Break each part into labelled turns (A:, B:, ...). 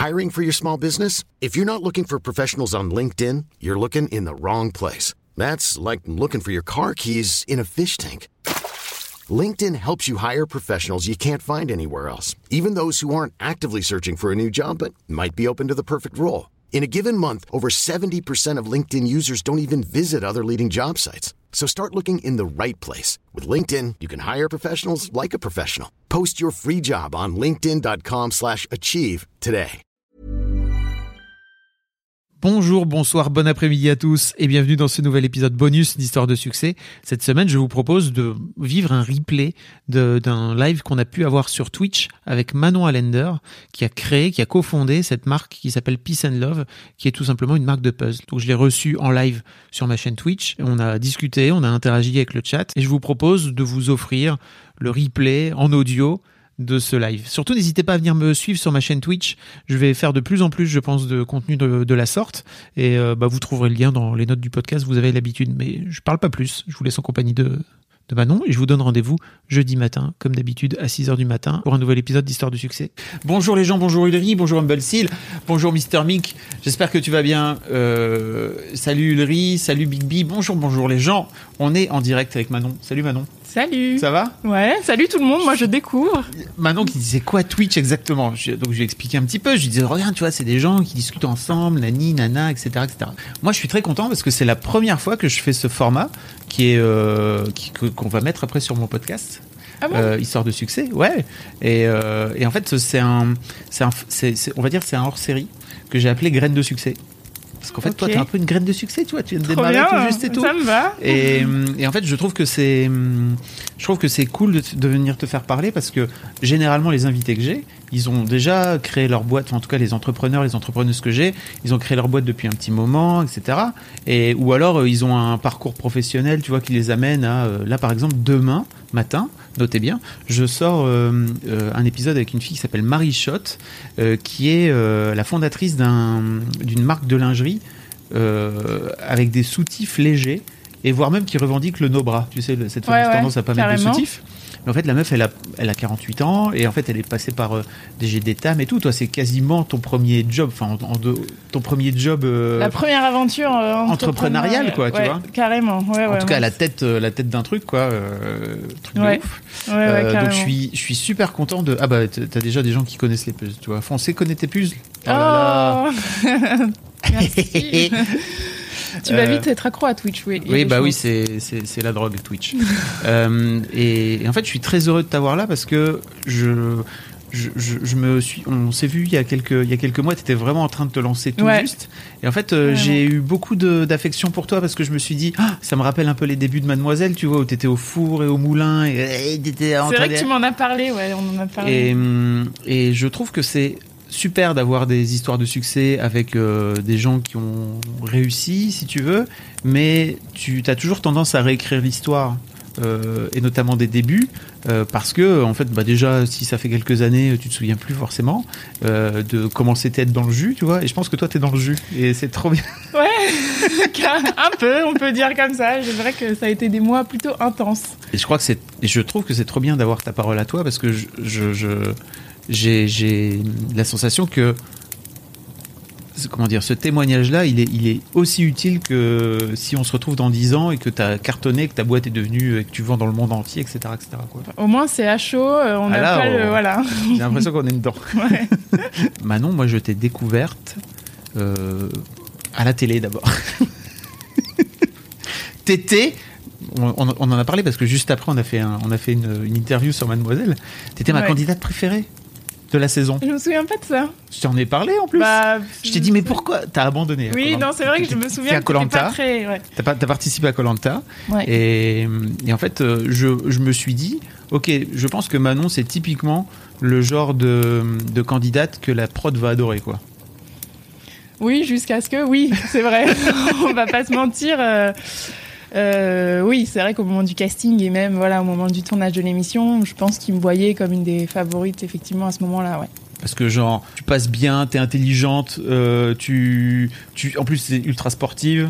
A: Hiring for your small business? If you're not looking for professionals on LinkedIn, you're looking in the wrong place. That's like looking for your car keys in a fish tank. LinkedIn helps you hire professionals you can't find anywhere else, even those who aren't actively searching for a new job but might be open to the perfect role. In a given month, over 70% of LinkedIn users don't even visit other leading job sites. So start looking in the right place. With LinkedIn, you can hire professionals like a professional. Post your free job on linkedin.com/achieve today.
B: Bonjour, bonsoir, bon après-midi à tous et bienvenue dans ce nouvel épisode bonus d'Histoire de succès. Cette semaine, je vous propose de vivre un replay d'un live qu'on a pu avoir sur Twitch avec Manon Allender qui a cofondé cette marque qui s'appelle Peace and Love, qui est tout simplement une marque de puzzle. Donc je l'ai reçue en live sur ma chaîne Twitch, on a discuté, on a interagi avec le chat et je vous propose de vous offrir le replay en audio de ce live. Surtout, n'hésitez pas à venir me suivre sur ma chaîne Twitch. Je vais faire de plus en plus, je pense, de contenu de la sorte. Et vous trouverez le lien dans les notes du podcast. Vous avez l'habitude, mais je parle pas plus. Je vous laisse en compagnie de Manon et je vous donne rendez-vous jeudi matin, comme d'habitude, à 6h du matin pour un nouvel épisode d'Histoire du succès. Bonjour les gens, bonjour Ulrich, bonjour Humble-Seal, bonjour Mr. Mick. J'espère que tu vas bien. Salut Ulrich, salut Big B. Bonjour les gens. On est en direct avec Manon. Salut Manon.
C: Salut.
B: Ça va ?
C: Ouais, salut tout le monde, moi je découvre.
B: Manon qui disait quoi Twitch exactement ? Donc je lui ai expliqué un petit peu, je lui disais regarde, tu vois, c'est des gens qui discutent ensemble, nani, nana, etc., etc. Moi je suis très content parce que c'est la première fois que je fais ce format qui est qu'on va mettre après sur mon podcast.
C: Ah bon ?
B: Histoire de succès, ouais. Et en fait c'est on va dire c'est un hors-série que j'ai appelé Graines de succès. Parce qu'en fait, toi, t'es un peu une graine de succès, tu vois, tu viens de démarrer tout juste et tout.
C: Ça me va.
B: Et en fait, je trouve que c'est cool de venir te faire parler parce que généralement, les invités que j'ai, ils ont déjà créé leur boîte, enfin, en tout cas, les entrepreneurs, les entrepreneuses que j'ai, ils ont créé leur boîte depuis un petit moment, etc. Ou alors, ils ont un parcours professionnel, tu vois, qui les amène à, là, par exemple, demain matin, notez bien, je sors un épisode avec une fille qui s'appelle Marie Schott, qui est la fondatrice d'une marque de lingerie avec des soutifs légers et voire même qui revendique le no-bras. Tu sais, cette fameuse tendance à pas mettre de soutifs. Mais en fait, la meuf, elle a 48 ans et en fait, elle est passée par des jets d'étam et tout. Toi, c'est quasiment ton premier job, ton premier job.
C: La première aventure
B: entrepreneuriale, quoi, tu vois.
C: Carrément. Ouais,
B: en tout cas, la tête d'un truc, quoi. Truc de ouf. Donc, je suis super content de. Ah bah, t'as déjà des gens qui connaissent les puzzles, tu vois. Foncé connaît tes puzzles.
C: Oh là là. Merci. Tu vas vite être accro à Twitch, oui.
B: Oui, bah oui, c'est la drogue, Twitch. Et en fait, je suis très heureux de t'avoir là parce que on s'est vu il y a quelques mois, t'étais vraiment en train de te lancer tout juste. Et en fait, j'ai eu beaucoup d'affection pour toi parce que je me suis dit, ça me rappelle un peu les débuts de Mademoiselle, tu vois, où t'étais au four et au moulin et t'étais
C: c'est vrai que tu m'en as parlé, on en a parlé.
B: Et je trouve que c'est super d'avoir des histoires de succès avec des gens qui ont réussi, si tu veux, mais tu as toujours tendance à réécrire l'histoire, et notamment des débuts, parce que, en fait, bah déjà, si ça fait quelques années, tu te souviens plus forcément de comment c'était être dans le jus, tu vois, et je pense que toi, t'es dans le jus, et c'est trop bien.
C: Ouais, un peu, on peut dire comme ça. C'est vrai que ça a été des mois plutôt intenses.
B: Et je trouve que c'est trop bien d'avoir ta parole à toi, parce que j'ai la sensation que ce témoignage-là, il est aussi utile que si on se retrouve dans 10 ans et que t'as cartonné, que ta boîte est devenue, et que tu vends dans le monde entier, etc., quoi.
C: Au moins, c'est à chaud, on n'a pas le... Voilà.
B: J'ai l'impression qu'on est dedans.
C: Ouais.
B: Manon, moi, je t'ai découverte à la télé, d'abord. T'étais... On en a parlé parce que juste après, on a fait une interview sur Mademoiselle. T'étais ma candidate préférée de la saison.
C: Je me souviens pas de ça.
B: Je t'en ai parlé en plus. Je t'ai dit mais pourquoi t'as abandonné?
C: Oui, non, c'est vrai que je me souviens que t'étais pas très... Ouais.
B: T'as participé à Koh-Lanta. Ouais. Et en fait, je me suis dit, ok, je pense que Manon, c'est typiquement le genre de candidate que la prod va adorer, quoi.
C: Oui, jusqu'à ce que... Oui, c'est vrai. On va pas se mentir. Oui, c'est vrai qu'au moment du casting et même au moment du tournage de l'émission, je pense qu'ils me voyaient comme une des favorites, effectivement, à ce moment-là, ouais.
B: Parce que genre, tu passes bien, t'es intelligente, en plus c'est ultra sportive.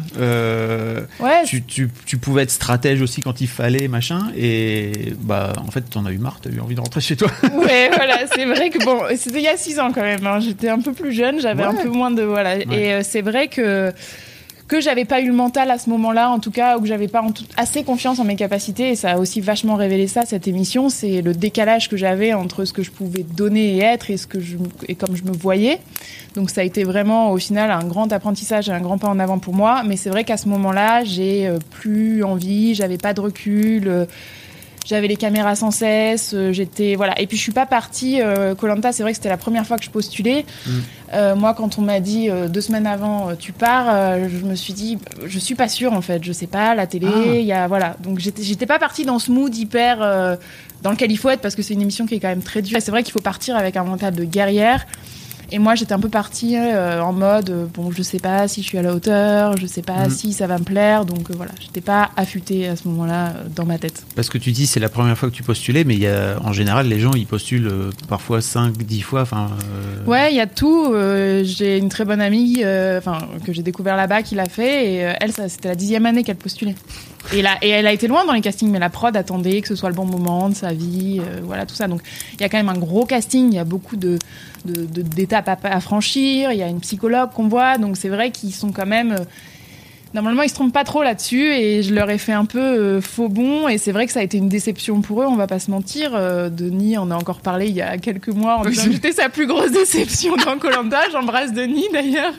B: Tu pouvais être stratège aussi quand il fallait, machin. Et bah, en fait, t'en as eu marre, t'as eu envie de rentrer chez toi.
C: Ouais, voilà, c'est vrai que bon, c'était il y a 6 ans quand même. Hein. J'étais un peu plus jeune, j'avais un peu moins de Et c'est vrai que j'avais pas eu le mental à ce moment-là, en tout cas, ou que j'avais pas assez confiance en mes capacités, et ça a aussi vachement révélé ça, cette émission, c'est le décalage que j'avais entre ce que je pouvais donner et être et comme je me voyais. Donc ça a été vraiment, au final, un grand apprentissage et un grand pas en avant pour moi, mais c'est vrai qu'à ce moment-là, j'ai plus envie, j'avais pas de recul, j'avais les caméras sans cesse, j'étais voilà. Et puis je suis pas partie Koh-Lanta, c'est vrai que c'était la première fois que je postulais. Moi, quand on m'a dit 2 semaines avant tu pars, je me suis dit je suis pas sûre en fait, je sais pas, la télé, il y a voilà. Donc j'étais pas partie dans ce mood hyper dans lequel il faut être, parce que c'est une émission qui est quand même très dure. Et c'est vrai qu'il faut partir avec un mental de guerrière. Et moi, j'étais un peu partie en mode, bon, je sais pas si je suis à la hauteur, je sais pas si ça va me plaire, donc voilà, j'étais pas affûtée à ce moment-là dans ma tête.
B: Parce que tu dis, c'est la première fois que tu postulais, mais en général, les gens, ils postulent parfois 5, 10 fois.
C: Ouais, il y a tout. J'ai une très bonne amie que j'ai découvert là-bas qui l'a fait, et elle, c'était la 10e année qu'elle postulait. Et elle a été loin dans les castings, mais la prod attendait que ce soit le bon moment de sa vie, voilà, tout ça. Donc, il y a quand même un gros casting, il y a beaucoup d'étapes à franchir, il y a une psychologue qu'on voit, donc c'est vrai qu'ils sont quand même... Normalement, ils se trompent pas trop là-dessus, et je leur ai fait un peu faux bond, et c'est vrai que ça a été une déception pour eux, on va pas se mentir. Denis en a encore parlé il y a quelques mois en disant que j'étais sa plus grosse déception dans Koh-Lanta. J'embrasse Denis d'ailleurs.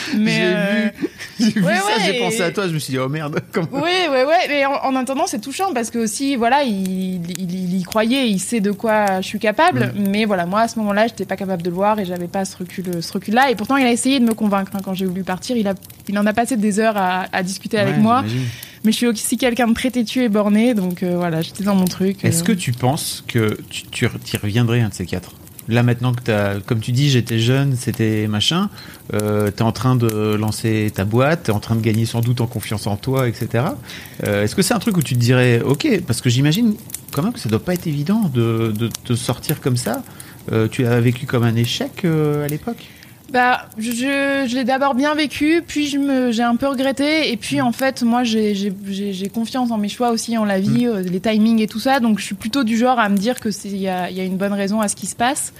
C: Mais
B: j'ai vu ça, j'ai pensé à toi, je me suis dit oh merde.
C: Ouais, mais en attendant, c'est touchant parce que aussi voilà, il y croyait, il sait de quoi je suis capable, mais voilà, moi à ce moment-là, j'étais pas capable de le voir et j'avais pas ce recul-là, et pourtant il a essayé de me convaincre quand j'ai voulu partir, il en a passé des heures à discuter avec moi. J'imagine. Mais je suis aussi quelqu'un de très têtu et borné, donc voilà, j'étais dans mon truc.
B: Est-ce que tu penses que tu y reviendrais un de ces 4 ? Là maintenant que comme tu dis, j'étais jeune, c'était machin, t'es en train de lancer ta boîte, t'es en train de gagner sans doute en confiance en toi, etc. Est-ce que c'est un truc où tu te dirais, ok, parce que j'imagine quand même que ça doit pas être évident de sortir comme ça. Tu l'as vécu comme un échec à l'époque ?
C: Bah, je l'ai d'abord bien vécu, puis j'ai un peu regretté, et puis en fait, moi, j'ai confiance en mes choix aussi, en la vie, les timings et tout ça, donc je suis plutôt du genre à me dire que il y a une bonne raison à ce qui se passe.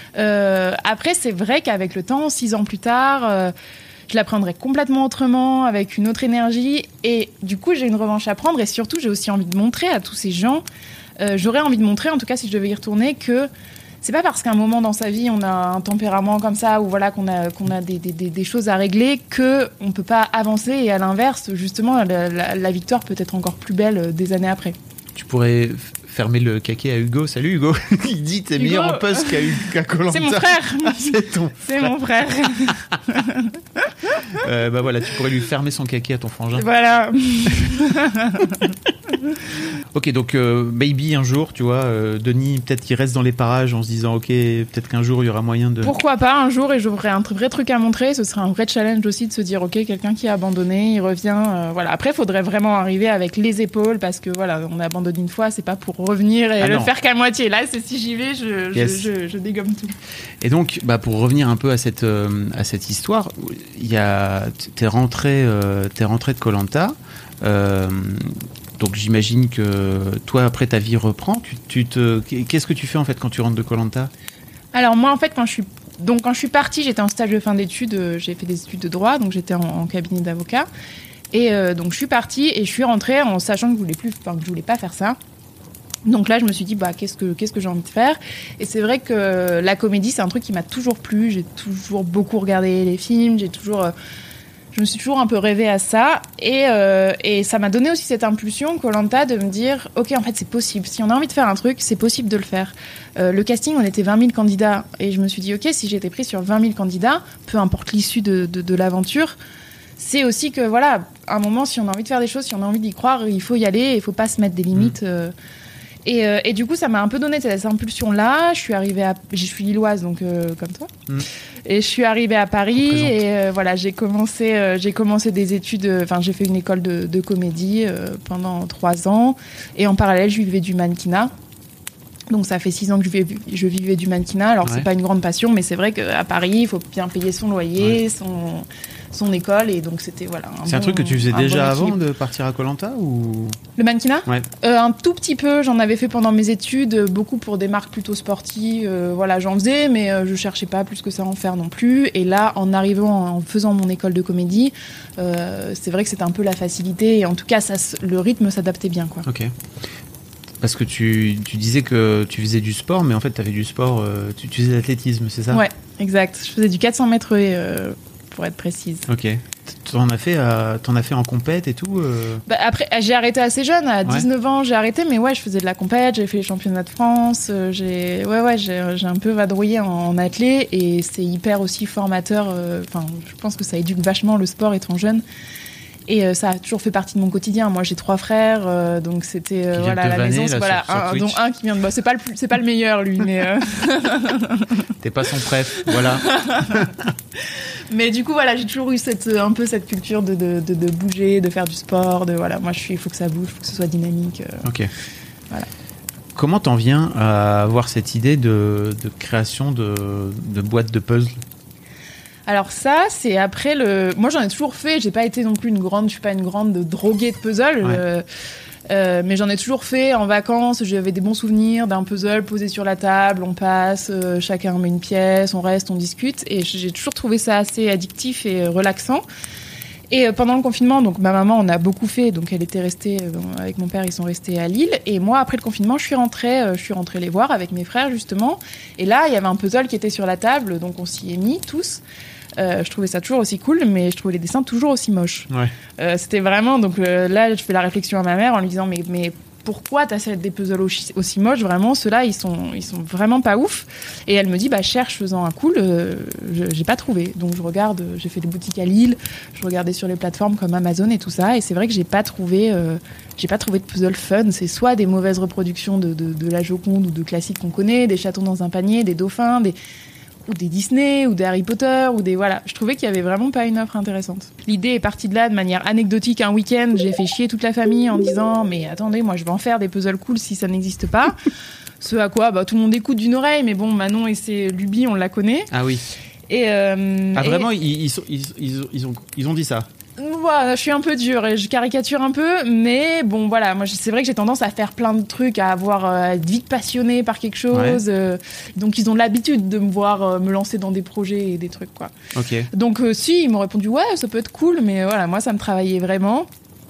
C: Après, c'est vrai qu'avec le temps, 6 ans plus tard, je la prendrais complètement autrement, avec une autre énergie, et du coup, j'ai une revanche à prendre, et surtout, j'ai aussi envie de montrer à tous ces gens, j'aurais envie de montrer, en tout cas, si je devais y retourner, que c'est pas parce qu'à un moment dans sa vie on a un tempérament comme ça, ou voilà, qu'on a des choses à régler, que on peut pas avancer, et à l'inverse, justement, la victoire peut être encore plus belle des années après.
B: Tu pourrais fermer le caquet à Hugo. Salut Hugo. Il dit t'es meilleur en poste qu'à Koh-Lanta.
C: C'est mon frère.
B: C'est ton frère.
C: C'est mon frère.
B: Bah voilà, tu pourrais lui fermer son caquet à ton frangin.
C: Voilà.
B: Ok, donc maybe un jour, tu vois, Denis, peut-être qu'il reste dans les parages en se disant ok, peut-être qu'un jour il y aura moyen de...
C: Pourquoi pas un jour, et j'aurai un vrai truc à montrer. Ce serait un vrai challenge aussi de se dire ok, quelqu'un qui a abandonné, il revient. Voilà. Après, il faudrait vraiment arriver avec les épaules, parce que voilà, on a abandonné une fois, c'est pas pour revenir et le faire qu'à moitié. Là, c'est si j'y vais, je dégomme tout.
B: Et donc, bah, pour revenir un peu à cette histoire, t'es rentré de Koh-Lanta. Donc j'imagine que toi, après, ta vie reprend. Qu'est-ce que tu fais en fait quand tu rentres de Koh-Lanta ?
C: Alors moi, en fait, quand je suis partie, j'étais en stage de fin d'études. J'ai fait des études de droit, donc j'étais en cabinet d'avocat. Et donc je suis partie et je suis rentrée en sachant que je voulais pas faire ça. Donc là, je me suis dit, bah, qu'est-ce que j'ai envie de faire ? Et c'est vrai que la comédie, c'est un truc qui m'a toujours plu. J'ai toujours beaucoup regardé les films. Je me suis toujours un peu rêvée à ça. Et ça m'a donné aussi cette impulsion, Koh-Lanta, de me dire, ok, en fait, c'est possible. Si on a envie de faire un truc, c'est possible de le faire. Le casting, on était 20 000 candidats. Et je me suis dit, ok, si j'étais prise sur 20 000 candidats, peu importe l'issue de l'aventure, c'est aussi que, voilà, à un moment, si on a envie de faire des choses, si on a envie d'y croire, il faut y aller, il faut pas se mettre des limites. Et du coup, ça m'a un peu donné cette impulsion-là. Je suis lilloise, donc comme toi. Et je suis arrivée à Paris et voilà, j'ai commencé des études. Enfin, j'ai fait une école de comédie pendant 3 ans. Et en parallèle, je vivais du mannequinat. Donc ça fait 6 ans que je vivais du mannequinat. Alors c'est pas une grande passion, mais c'est vrai qu'à Paris, il faut bien payer son loyer, son école, et donc c'était
D: un truc que tu faisais déjà avant de partir à Koh-Lanta ou
C: le mannequinat?
D: Ouais.
C: Un tout petit peu, j'en avais fait pendant mes études, beaucoup pour des marques plutôt sportives. J'en faisais, mais je cherchais pas plus que ça à en faire non plus. Et là, en arrivant, en faisant mon école de comédie, c'est vrai que c'était un peu la facilité. Et en tout cas, le rythme s'adaptait bien, quoi.
D: Ok. Parce que tu disais que tu faisais du sport, mais en fait, tu avais du sport, tu faisais de l'athlétisme, c'est ça?
C: Ouais, exact. Je faisais du 400 mètres pour être précise.
D: Ok. T'en as fait en compète et tout
C: Après, j'ai arrêté assez jeune, à 19 ans, j'ai arrêté, mais je faisais de la compète, j'ai fait les championnats de France, j'ai un peu vadrouillé en athlé, et c'est hyper aussi formateur. Je pense que ça éduque vachement le sport étant jeune. Et ça a toujours fait partie de mon quotidien. Moi, j'ai 3 frères, donc c'était à la maison. Dont un qui vient de. C'est pas le meilleur, lui, mais.
D: T'es pas son préf, voilà.
C: Mais du coup, j'ai toujours eu un peu cette culture de bouger, de faire du sport. Moi, il faut que ça bouge, il faut que ce soit dynamique.
D: Ok.
C: Voilà.
D: Comment t'en viens à avoir cette idée de création de boîte de puzzle?
C: Alors ça, c'est après Moi, j'en ai toujours fait. Je suis pas une grande droguée de puzzle. Mais j'en ai toujours fait en vacances. J'avais des bons souvenirs d'un puzzle posé sur la table. On passe, chacun met une pièce, on reste, on discute. Et j'ai toujours trouvé ça assez addictif et relaxant. Et pendant le confinement, donc ma maman en a beaucoup fait. Donc elle était restée avec mon père. Ils sont restés à Lille. Et moi, après le confinement, je suis rentrée les voir avec mes frères justement. Et là, il y avait un puzzle qui était sur la table. Donc on s'y est mis tous. Je trouvais ça toujours aussi cool, mais je trouvais les dessins toujours aussi moches. C'était vraiment... Donc là, je fais la réflexion à ma mère en lui disant mais pourquoi t'as des puzzles aussi moches? Vraiment, ceux-là, ils sont vraiment pas ouf. Et elle me dit, cherche faisant un cool, j'ai pas trouvé. Donc je regarde, j'ai fait des boutiques à Lille, je regardais sur les plateformes comme Amazon et tout ça, et c'est vrai que j'ai pas trouvé de puzzle fun. C'est soit des mauvaises reproductions de la Joconde ou de classiques qu'on connaît, des chatons dans un panier, des dauphins, ou des Disney, ou des Harry Potter, ou des... Voilà. Je trouvais qu'il y avait vraiment pas une offre intéressante. L'idée est partie de là, de manière anecdotique. Un week-end, j'ai fait chier toute la famille en disant « Mais attendez, moi, je vais en faire des puzzles cool si ça n'existe pas. » Ce à quoi tout le monde écoute d'une oreille, mais bon, Manon et ses lubies, on la connaît.
D: Ah oui. Vraiment, ils ont dit ça?
C: Voilà, je suis un peu dure et je caricature un peu, mais bon, voilà, moi c'est vrai que j'ai tendance à faire plein de trucs, à être vite passionnée par quelque chose. Donc ils ont l'habitude de me voir me lancer dans des projets et des trucs, quoi.
D: Okay.
C: Donc si, ils m'ont répondu ouais, ça peut être cool, mais voilà, moi ça me travaillait vraiment.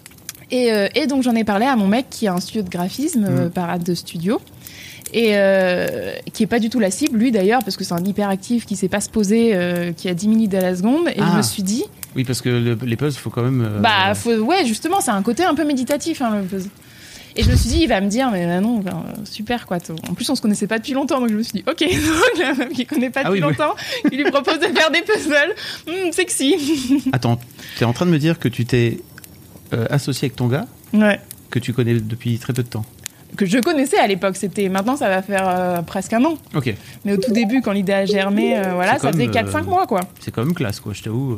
C: Et donc j'en ai parlé à mon mec qui a un studio de graphisme, Parade de Studio. Et qui est pas du tout la cible, lui d'ailleurs, parce que c'est un hyperactif qui sait pas se poser, qui a 10 minutes à la seconde. Et je me suis dit...
D: Oui, parce que les puzzles, faut quand même...
C: justement, c'est un côté un peu méditatif, le puzzle. Et je me suis dit, il va me dire, mais non, super, quoi. En plus, on se connaissait pas depuis longtemps, donc je me suis dit, ok, donc la meuf qui connaît pas depuis longtemps, qui lui propose de faire des puzzles, sexy.
D: Attends, t'es en train de me dire que tu t'es associé avec ton gars, que tu connais depuis très peu de temps?
C: Que je connaissais à l'époque, maintenant ça va faire presque un an.
D: Ok.
C: Mais au tout début, quand l'idée a germé, ça faisait 4-5 mois, quoi.
D: C'est quand même classe, quoi, je t'avoue.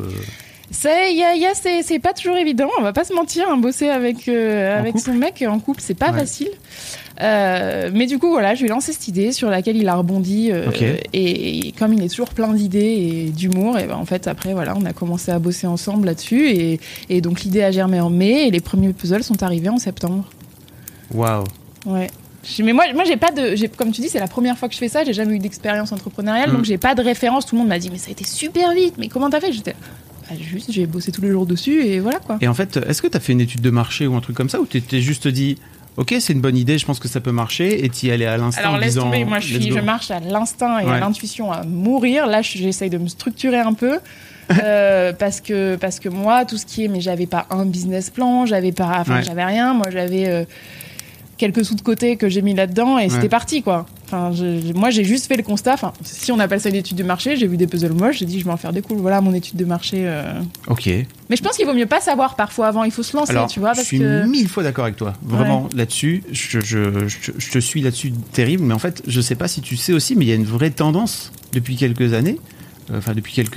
C: C'est pas toujours évident, on va pas se mentir, bosser avec son mec en couple, c'est pas facile. Mais du coup, voilà, je lui ai lancé cette idée sur laquelle il a rebondi. Et comme il est toujours plein d'idées et d'humour, et en fait, après, voilà, on a commencé à bosser ensemble là-dessus. Et donc, l'idée a germé en mai et les premiers puzzles sont arrivés en septembre.
D: Waouh!
C: Ouais. Mais moi j'ai pas comme tu dis, c'est la première fois que je fais ça, j'ai jamais eu d'expérience entrepreneuriale, donc j'ai pas de référence. Tout le monde m'a dit, mais ça a été super vite, mais comment t'as fait? J'étais juste, j'ai bossé tous les jours dessus et voilà, quoi.
D: Et en fait, est-ce que t'as fait une étude de marché ou un truc comme ça, ou t'es juste dit, ok, c'est une bonne idée, je pense que ça peut marcher, et t'y allais à l'instinct? Alors
C: laisse tomber, moi je marche à l'instinct et à l'intuition à mourir. Là, j'essaye de me structurer un peu. Parce que moi, tout ce qui est, mais j'avais pas un business plan, j'avais rien. Moi, j'avais quelques sous de côté que j'ai mis là-dedans et c'était parti, quoi. Enfin, moi, j'ai juste fait le constat. Enfin, si on appelle ça une étude de marché, j'ai vu des puzzles moches, j'ai dit, je vais en faire des cools. Voilà mon étude de marché.
D: Ok.
C: Mais je pense qu'il vaut mieux pas savoir parfois avant. Il faut se lancer, tu vois. Parce
D: je suis 1000 fois d'accord avec toi. Vraiment, là-dessus, je te suis là-dessus terrible. Mais en fait, je sais pas si tu sais aussi, mais il y a une vraie tendance depuis quelques années.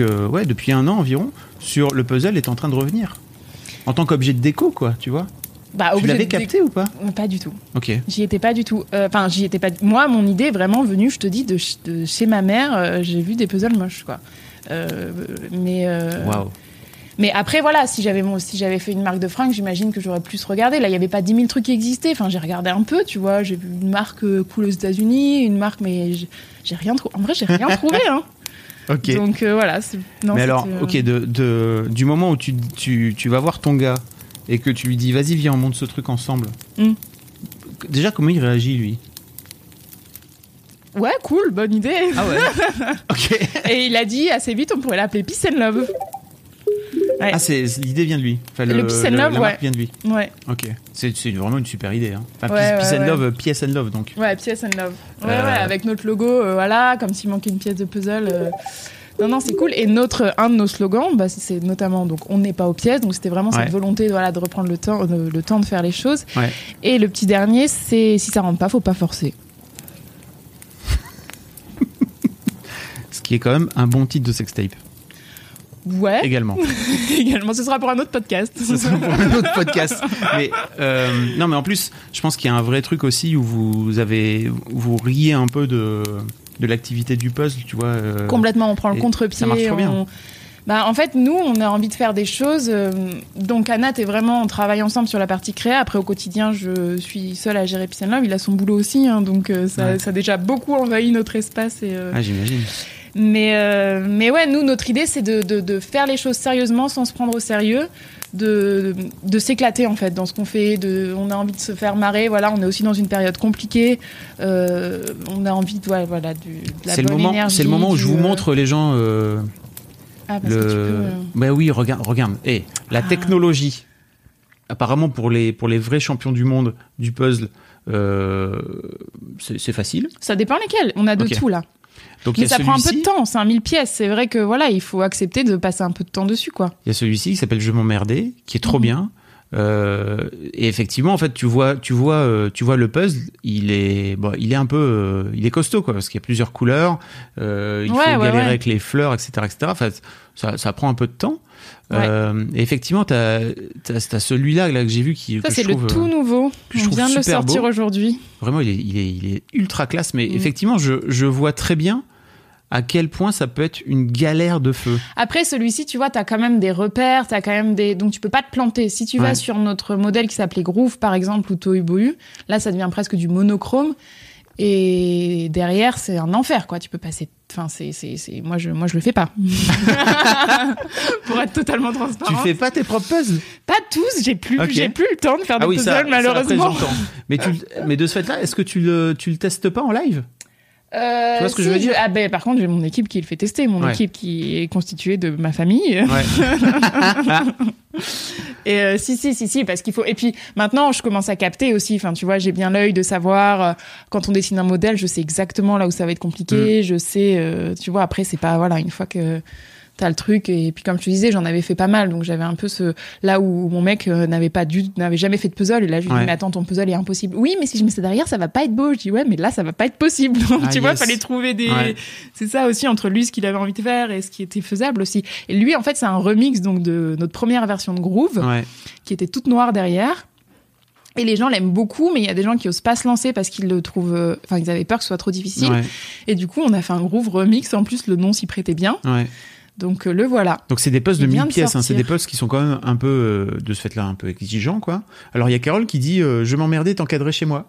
D: Depuis un an environ, sur le puzzle est en train de revenir. En tant qu'objet de déco, quoi, tu vois. Tu l'avais capté ou pas ?
C: Pas du tout.
D: Ok.
C: J'y étais pas du tout. J'y étais pas. Moi, mon idée est vraiment venue, je te dis, de chez ma mère. J'ai vu des puzzles moches, quoi.
D: Waouh.
C: Mais après, voilà, si j'avais fait une marque de fringues, j'imagine que j'aurais plus regardé. Là, il y avait pas 10 000 trucs qui existaient. Enfin, j'ai regardé un peu, tu vois. J'ai vu une marque cool aux États-Unis, une marque, mais j'ai rien trouvé. En vrai, j'ai rien trouvé, hein.
D: Ok.
C: Donc voilà.
D: Mais alors, ok, du moment où tu vas voir ton gars et que tu lui dis vas-y viens on monte ce truc ensemble. Déjà comment il réagit lui ?
C: Ouais, cool, bonne idée.
D: Ah ouais. Ok.
C: Et il a dit assez vite on pourrait l'appeler Peace and Love. Ouais.
D: Ah l'idée vient de lui. Enfin,
C: le Peace and Love,
D: la marque vient de lui.
C: Ouais.
D: Ok. C'est vraiment une super idée. Hein. Enfin,
C: Ouais,
D: Peace and
C: ouais.
D: Love, Peace and Love donc.
C: Ouais, Peace and Love. Ouais, avec notre logo, voilà, comme s'il manquait une pièce de puzzle. Non, c'est cool. Et un de nos slogans, c'est notamment donc on n'est pas aux pièces, donc c'était vraiment cette volonté, voilà, de reprendre le temps de faire les choses.
D: Ouais.
C: Et le petit dernier, c'est si ça rentre pas, faut pas forcer.
D: Ce qui est quand même un bon titre de sextape.
C: Ouais.
D: Également.
C: Également, ce sera pour un autre podcast.
D: Ce sera pour un autre podcast. Mais non, mais en plus, je pense qu'il y a un vrai truc aussi où vous riez un peu de l'activité du puzzle, tu vois.
C: Complètement, on prend le contre-pied.
D: Ça marche trop bien.
C: En fait, nous, on a envie de faire des choses. Donc, Anat est vraiment, on travaille ensemble sur la partie créa. Après, au quotidien, je suis seule à gérer Peace and Love. Il a son boulot aussi, hein, donc ça a déjà beaucoup envahi notre espace.
D: Ah, j'imagine.
C: Mais ouais, nous, notre idée, c'est de faire les choses sérieusement, sans se prendre au sérieux, de s'éclater en fait dans ce qu'on fait. On a envie de se faire marrer. Voilà, on est aussi dans une période compliquée. On a envie de la bonne énergie.
D: C'est le moment où je vous montre les gens.
C: Parce que tu peux.
D: Bah oui, regarde. La technologie. Apparemment, pour les vrais champions du monde du puzzle, c'est facile.
C: Ça dépend lesquels. On a de tout là.
D: Donc,
C: mais ça prend un peu de temps, c'est 1000 pièces. C'est vrai que voilà, il faut accepter de passer un peu de temps dessus, quoi. Il
D: y a celui-ci qui s'appelle Je m'emmerdais, qui est trop bien. Et effectivement, en fait, tu vois le puzzle, il est un peu, il est costaud, quoi, parce qu'il y a plusieurs couleurs. Il faut galérer avec les fleurs, etc., etc. Enfin, ça prend un peu de temps. Et effectivement, t'as celui-là que j'ai vu
C: ça, c'est le tout nouveau. On vient de le sortir aujourd'hui.
D: Vraiment, il est ultra classe. Mais effectivement, je vois très bien à quel point ça peut être une galère de feu.
C: Après, celui-ci, tu vois, t'as quand même des repères, donc tu peux pas te planter. Si tu vas sur notre modèle qui s'appelait Groove, par exemple, ou Tohu Bohu, là, ça devient presque du monochrome. Et derrière, c'est un enfer, quoi. Tu peux passer. Enfin, moi, je le fais pas. Pour être totalement transparent.
D: Tu fais pas tes propres puzzles ?
C: Pas tous. J'ai plus le temps de faire des puzzles, malheureusement.
D: Ça, mais de ce fait-là, est-ce que tu le testes pas en live ? Tu vois ce que je veux dire ?
C: Par contre, j'ai mon équipe qui le fait tester. Mon équipe qui est constituée de ma famille. Et si, parce qu'il faut. Et puis maintenant, je commence à capter aussi. Enfin, tu vois, j'ai bien l'œil de savoir quand on dessine un modèle, je sais exactement là où ça va être compliqué. Je sais, tu vois. Après, c'est pas une fois que t'as le truc. Et puis comme je te disais, j'en avais fait pas mal, donc j'avais un peu là où mon mec n'avait jamais fait de puzzle. Et là, je lui dis mais attends, ton puzzle est impossible. Oui, mais si je mets ça derrière, ça va pas être beau. Je dis ouais, mais là, ça va pas être possible. Donc tu vois, fallait trouver des. C'est ça aussi entre lui, ce qu'il avait envie de faire et ce qui était faisable aussi. Et lui, en fait, c'est un remix donc de notre première version de Groove, qui était toute noire derrière. Et les gens l'aiment beaucoup, mais il y a des gens qui osent pas se lancer parce qu'ils le trouvent. Enfin, ils avaient peur que ce soit trop difficile. Et du coup, on a fait un Groove remix. En plus, le nom s'y prêtait bien. Donc le voilà.
D: Donc c'est des puzzles de 1000 pièces, c'est des puzzles qui sont quand même un peu de ce fait-là un peu exigeants, quoi. Alors il y a Carole qui dit je m'emmerdais t'encadrer chez moi.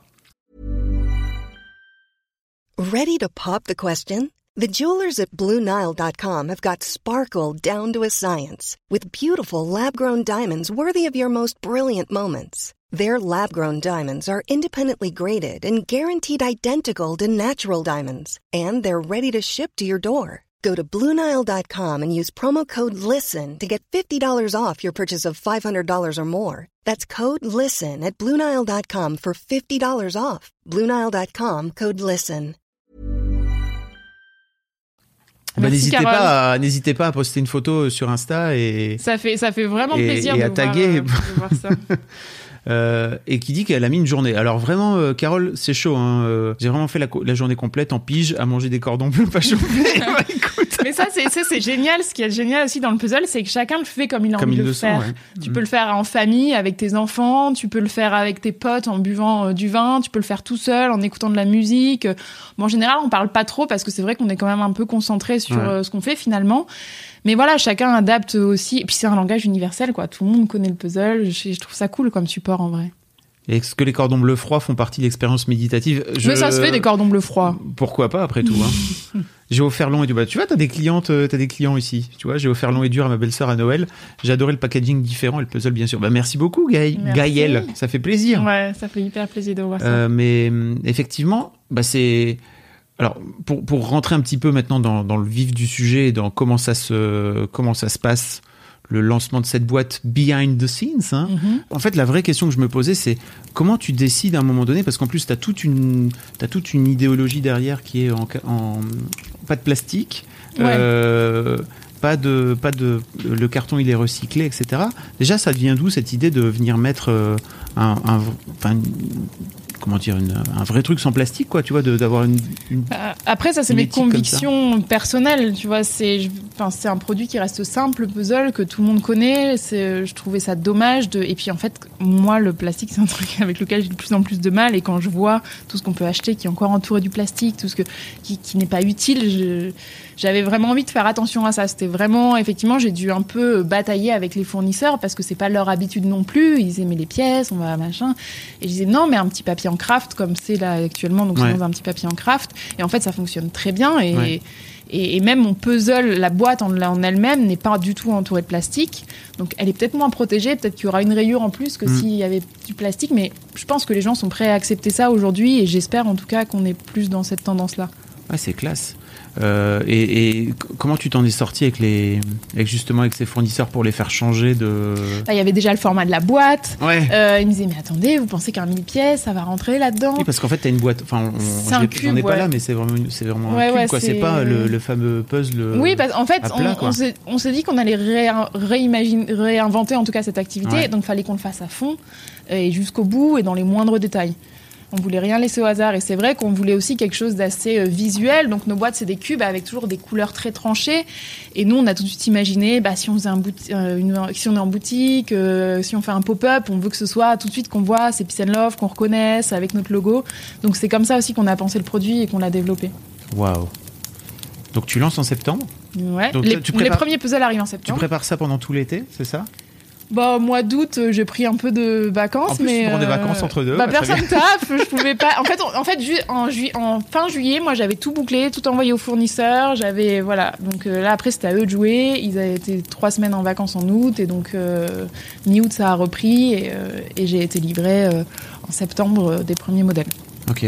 E: Ready to pop the question? The jewelers at BlueNile.com have got sparkle down to a science with beautiful lab-grown diamonds worthy of your most brilliant moments. Their lab-grown diamonds are independently graded and guaranteed identical to natural diamonds, and they're ready to ship to your door. Go to BlueNile.com and use promo code LISTEN to get $50 off your purchase of $500 or more. That's code LISTEN at BlueNile.com for $50 off. BlueNile.com, code LISTEN.
D: N'hésitez pas à poster une photo sur Insta et
C: ça fait vraiment plaisir
D: de taguer.
C: Voir ça.
D: Et qui dit qu'elle a mis une journée. Alors vraiment, Carole, c'est chaud. Hein. J'ai vraiment fait la journée complète en pige à manger des cordons bleus pas chauffés. Écoute.
C: Mais ça, c'est génial. Ce qui est génial aussi dans le puzzle, c'est que chacun le fait comme il a envie de le faire.
D: Ouais.
C: Tu peux le faire en famille, avec tes enfants, tu peux le faire avec tes potes en buvant du vin, tu peux le faire tout seul, en écoutant de la musique. Bon, en général, on parle pas trop parce que c'est vrai qu'on est quand même un peu concentré sur ce qu'on fait finalement. Mais voilà, chacun adapte aussi. Et puis c'est un langage universel, quoi. Tout le monde connaît le puzzle. Je trouve ça cool comme support, en vrai.
D: Et est-ce que les cordons bleus froids font partie de l'expérience méditative?
C: Mais ça se fait, des cordons bleus froids.
D: Pourquoi pas, après tout, hein. J'ai offert long et dur. Bah, tu vois, t'as des clients ici. Tu vois, j'ai offert long et dur à ma belle-sœur à Noël. J'ai adoré le packaging différent et le puzzle, bien sûr. Bah, merci beaucoup, Gaëlle. Ça fait plaisir.
C: Ouais, ça fait hyper plaisir de voir ça.
D: Mais effectivement, bah, c'est... Alors, pour rentrer un petit peu maintenant dans le vif du sujet, dans comment ça se passe, le lancement de cette boîte behind the scenes, hein. En fait, la vraie question que je me posais, c'est comment tu décides à un moment donné, parce qu'en plus, t'as toute une idéologie derrière qui est en pas de plastique, pas de le carton il est recyclé, etc. Déjà, ça devient d'où cette idée de venir mettre un vrai truc sans plastique, quoi, tu vois, d'avoir une
C: après, ça, c'est mes convictions personnelles, tu vois, c'est un produit qui reste simple, le puzzle, que tout le monde connaît, je trouvais ça dommage et puis en fait, moi, le plastique, c'est un truc avec lequel j'ai de plus en plus de mal, et quand je vois tout ce qu'on peut acheter qui est encore entouré du plastique, tout ce qui n'est pas utile, j'avais vraiment envie de faire attention à ça. C'était vraiment, effectivement, j'ai dû un peu batailler avec les fournisseurs parce que c'est pas leur habitude non plus. Ils aimaient les pièces, on va machin. Et je disais non, mais un petit papier en craft comme c'est là actuellement, donc c'est dans un petit papier en craft. Et en fait, ça fonctionne très bien. Et même mon puzzle, la boîte en elle-même n'est pas du tout entourée de plastique. Donc elle est peut-être moins protégée, peut-être qu'il y aura une rayure en plus que s'il y avait du plastique. Mais je pense que les gens sont prêts à accepter ça aujourd'hui, et j'espère en tout cas qu'on est plus dans cette tendance-là.
D: Ouais, c'est classe. Et comment tu t'en es sorti avec ces fournisseurs pour les faire changer de...
C: Il y avait déjà le format de la boîte.
D: Ouais.
C: Ils me disaient, mais attendez, vous pensez qu'un 1000 pièces, ça va rentrer là-dedans?
D: Oui, parce qu'en fait, t'as une boîte. Enfin, j'en ai pas là, mais c'est vraiment un cube, quoi. C'est pas le fameux puzzle.
C: Oui, parce qu'en fait,
D: plat,
C: on s'est dit qu'on allait réinventer en tout cas cette activité. Donc, il fallait qu'on le fasse à fond et jusqu'au bout et dans les moindres détails. On voulait rien laisser au hasard, et c'est vrai qu'on voulait aussi quelque chose d'assez visuel. Donc nos boîtes, c'est des cubes avec toujours des couleurs très tranchées, et nous on a tout de suite imaginé, si on faisait si on est en boutique, si on fait un pop-up, on veut que ce soit tout de suite qu'on voit c'est Peace and Love, qu'on reconnaisse avec notre logo. Donc c'est comme ça aussi qu'on a pensé le produit et qu'on l'a développé.
D: Waouh. Donc tu lances en septembre?
C: Ouais. Donc, les premiers puzzles arrivent en septembre.
D: Tu prépares ça pendant tout l'été, c'est ça?
C: Mois d'août, j'ai pris un peu de vacances.
D: En plus, tu prends des vacances entre deux.
C: Personne taffe, je pouvais pas. En fait, en fin juillet, moi, j'avais tout bouclé, tout envoyé aux fournisseurs. Voilà. Donc là, après, c'était à eux de jouer. Ils avaient été 3 semaines en vacances en août, et donc mi-août, ça a repris, et j'ai été livrée en septembre des premiers modèles.
D: Ok.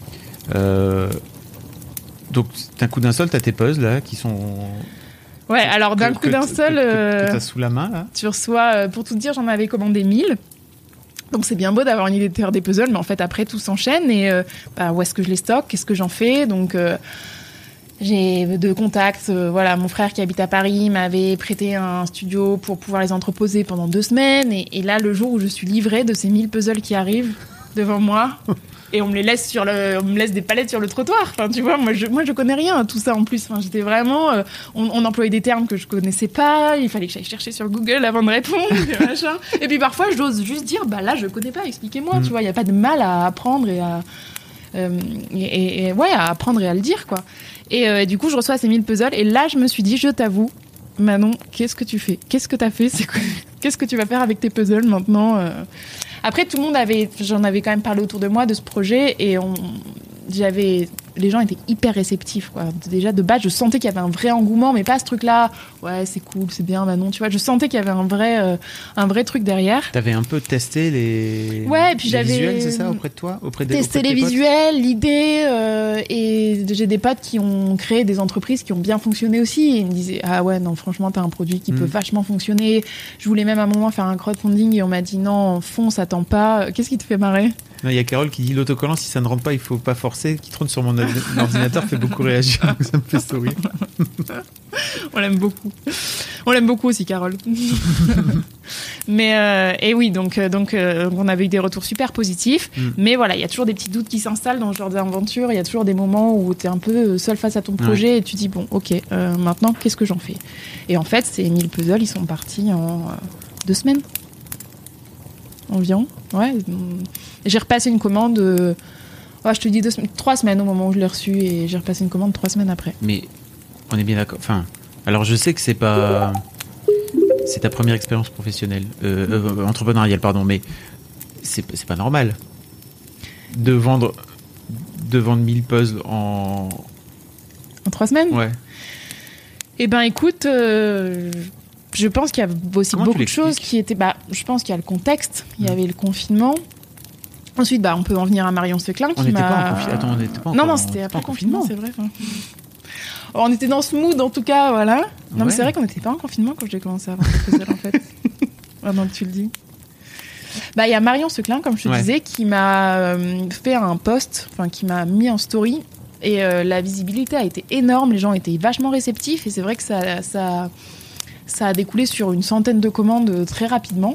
D: Donc, d'un coup d'un seul, t'as tes puzzles là qui sont.
C: Ouais, alors d'un coup d'un seul...
D: Que t'as sous la main, là.
C: Tu reçois, pour tout te dire, j'en avais commandé 1000. Donc c'est bien beau d'avoir une idée de faire des puzzles, mais en fait, après, tout s'enchaîne. Et où est-ce que je les stocke? Qu'est-ce que j'en fais? Donc j'ai de contacts. Mon frère qui habite à Paris m'avait prêté un studio pour pouvoir les entreposer pendant 2 semaines. Et là, le jour où je suis livrée de ces 1000 puzzles qui arrivent devant moi... Et on me laisse des palettes sur le trottoir. Enfin, tu vois, moi je connais rien à tout ça en plus. Enfin, j'étais vraiment, on employait des termes que je connaissais pas. Il fallait que j'aille chercher sur Google avant de répondre, et machin. Et puis parfois, j'ose juste dire, là, je connais pas. Expliquez-moi. Tu vois, il y a pas de mal à apprendre et à apprendre et à le dire, quoi. Et du coup, je reçois ces 1000 puzzles. Et là, je me suis dit, je t'avoue, Manon, qu'est-ce que tu fais? Qu'est-ce que t'as fait? Qu'est-ce que tu vas faire avec tes puzzles maintenant? Après, tout le monde j'en avais quand même parlé autour de moi de ce projet, et les gens étaient hyper réceptifs, quoi. Déjà, de base, je sentais qu'il y avait un vrai engouement, mais pas ce truc-là, ouais, c'est cool, c'est bien, non, tu vois. Je sentais qu'il y avait un vrai truc derrière.
D: T'avais un peu testé les visuels, c'est ça, auprès de toi,
C: testé les visuels, l'idée, et j'ai des potes qui ont créé des entreprises qui ont bien fonctionné aussi, et ils me disaient, ah ouais, non, franchement, t'as un produit qui peut vachement fonctionner. Je voulais même à un moment faire un crowdfunding, et on m'a dit, non, fonce, attends pas. Qu'est-ce qui te fait marrer?
D: Il y a Carole qui dit l'autocollant, si ça ne rentre pas, il faut pas forcer, qui trône sur mon ordinateur, fait beaucoup réagir. Ça me fait sourire.
C: On l'aime beaucoup. On l'aime beaucoup aussi, Carole. Mais et oui, donc on avait eu des retours super positifs. Mais voilà, il y a toujours des petits doutes qui s'installent dans ce genre d'aventure. Il y a toujours des moments où tu es un peu seul face à ton projet et tu dis bon, ok, maintenant qu'est-ce que j'en fais ? Et en fait, ces 1000 puzzles, ils sont partis en 2 semaines environ. Ouais. J'ai repassé une commande. Je te dis 3 semaines au moment où je l'ai reçu et j'ai repassé une commande 3 semaines après.
D: Mais on est bien d'accord. Enfin, alors je sais que c'est pas. C'est ta première expérience professionnelle, entrepreneuriale, pardon, mais c'est pas normal de vendre 1000 puzzles en
C: 3 semaines.
D: Ouais.
C: Eh ben, écoute, je pense qu'il y a aussi beaucoup de choses qui étaient. Je pense qu'il y a le contexte. Il y avait le confinement. Ensuite, on peut en venir à Marion Seclin qui m'a.
D: On n'était pas en confinement.
C: Non, c'était après confinement, c'est vrai. On était dans ce mood, en tout cas, voilà. Non, mais c'est vrai qu'on n'était pas en confinement quand j'ai commencé à vendre des puzzles, en fait. Maintenant que tu le dis. Il y a Marion Seclin, comme je te disais, qui m'a fait un post, qui m'a mis en story. Et la visibilité a été énorme. Les gens étaient vachement réceptifs. Et c'est vrai que ça a découlé sur une centaine de commandes très rapidement.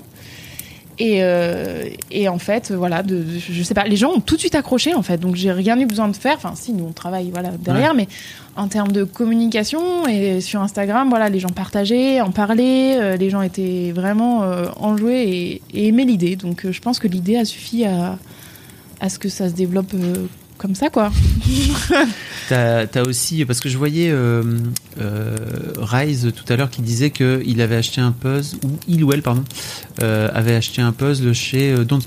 C: Et en fait, voilà, je sais pas, les gens ont tout de suite accroché, en fait. Donc, j'ai rien eu besoin de faire. Enfin, si, nous, on travaille, derrière. Mais en termes de communication et sur Instagram, les gens partageaient, en parlaient. Les gens étaient vraiment enjoués et aimaient l'idée. Donc, je pense que l'idée a suffi à ce que ça se développe comme ça, quoi.
D: T'as aussi, parce que je voyais Rise tout à l'heure qui disait qu'il avait acheté un puzzle, ou il ou elle, pardon, avait acheté un puzzle chez Do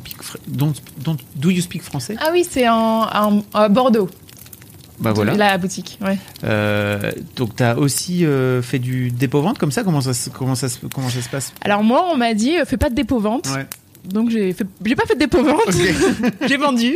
D: You Speak Français.
C: Ah oui, c'est à Bordeaux.
D: Voilà.
C: La boutique, ouais.
D: Donc t'as aussi fait du dépôt-vente comme ça. Comment ça se passe?
C: Alors moi, on m'a dit fais pas de dépôt-vente. Ouais. Donc j'ai pas fait de dépôt-vente. Okay. J'ai vendu.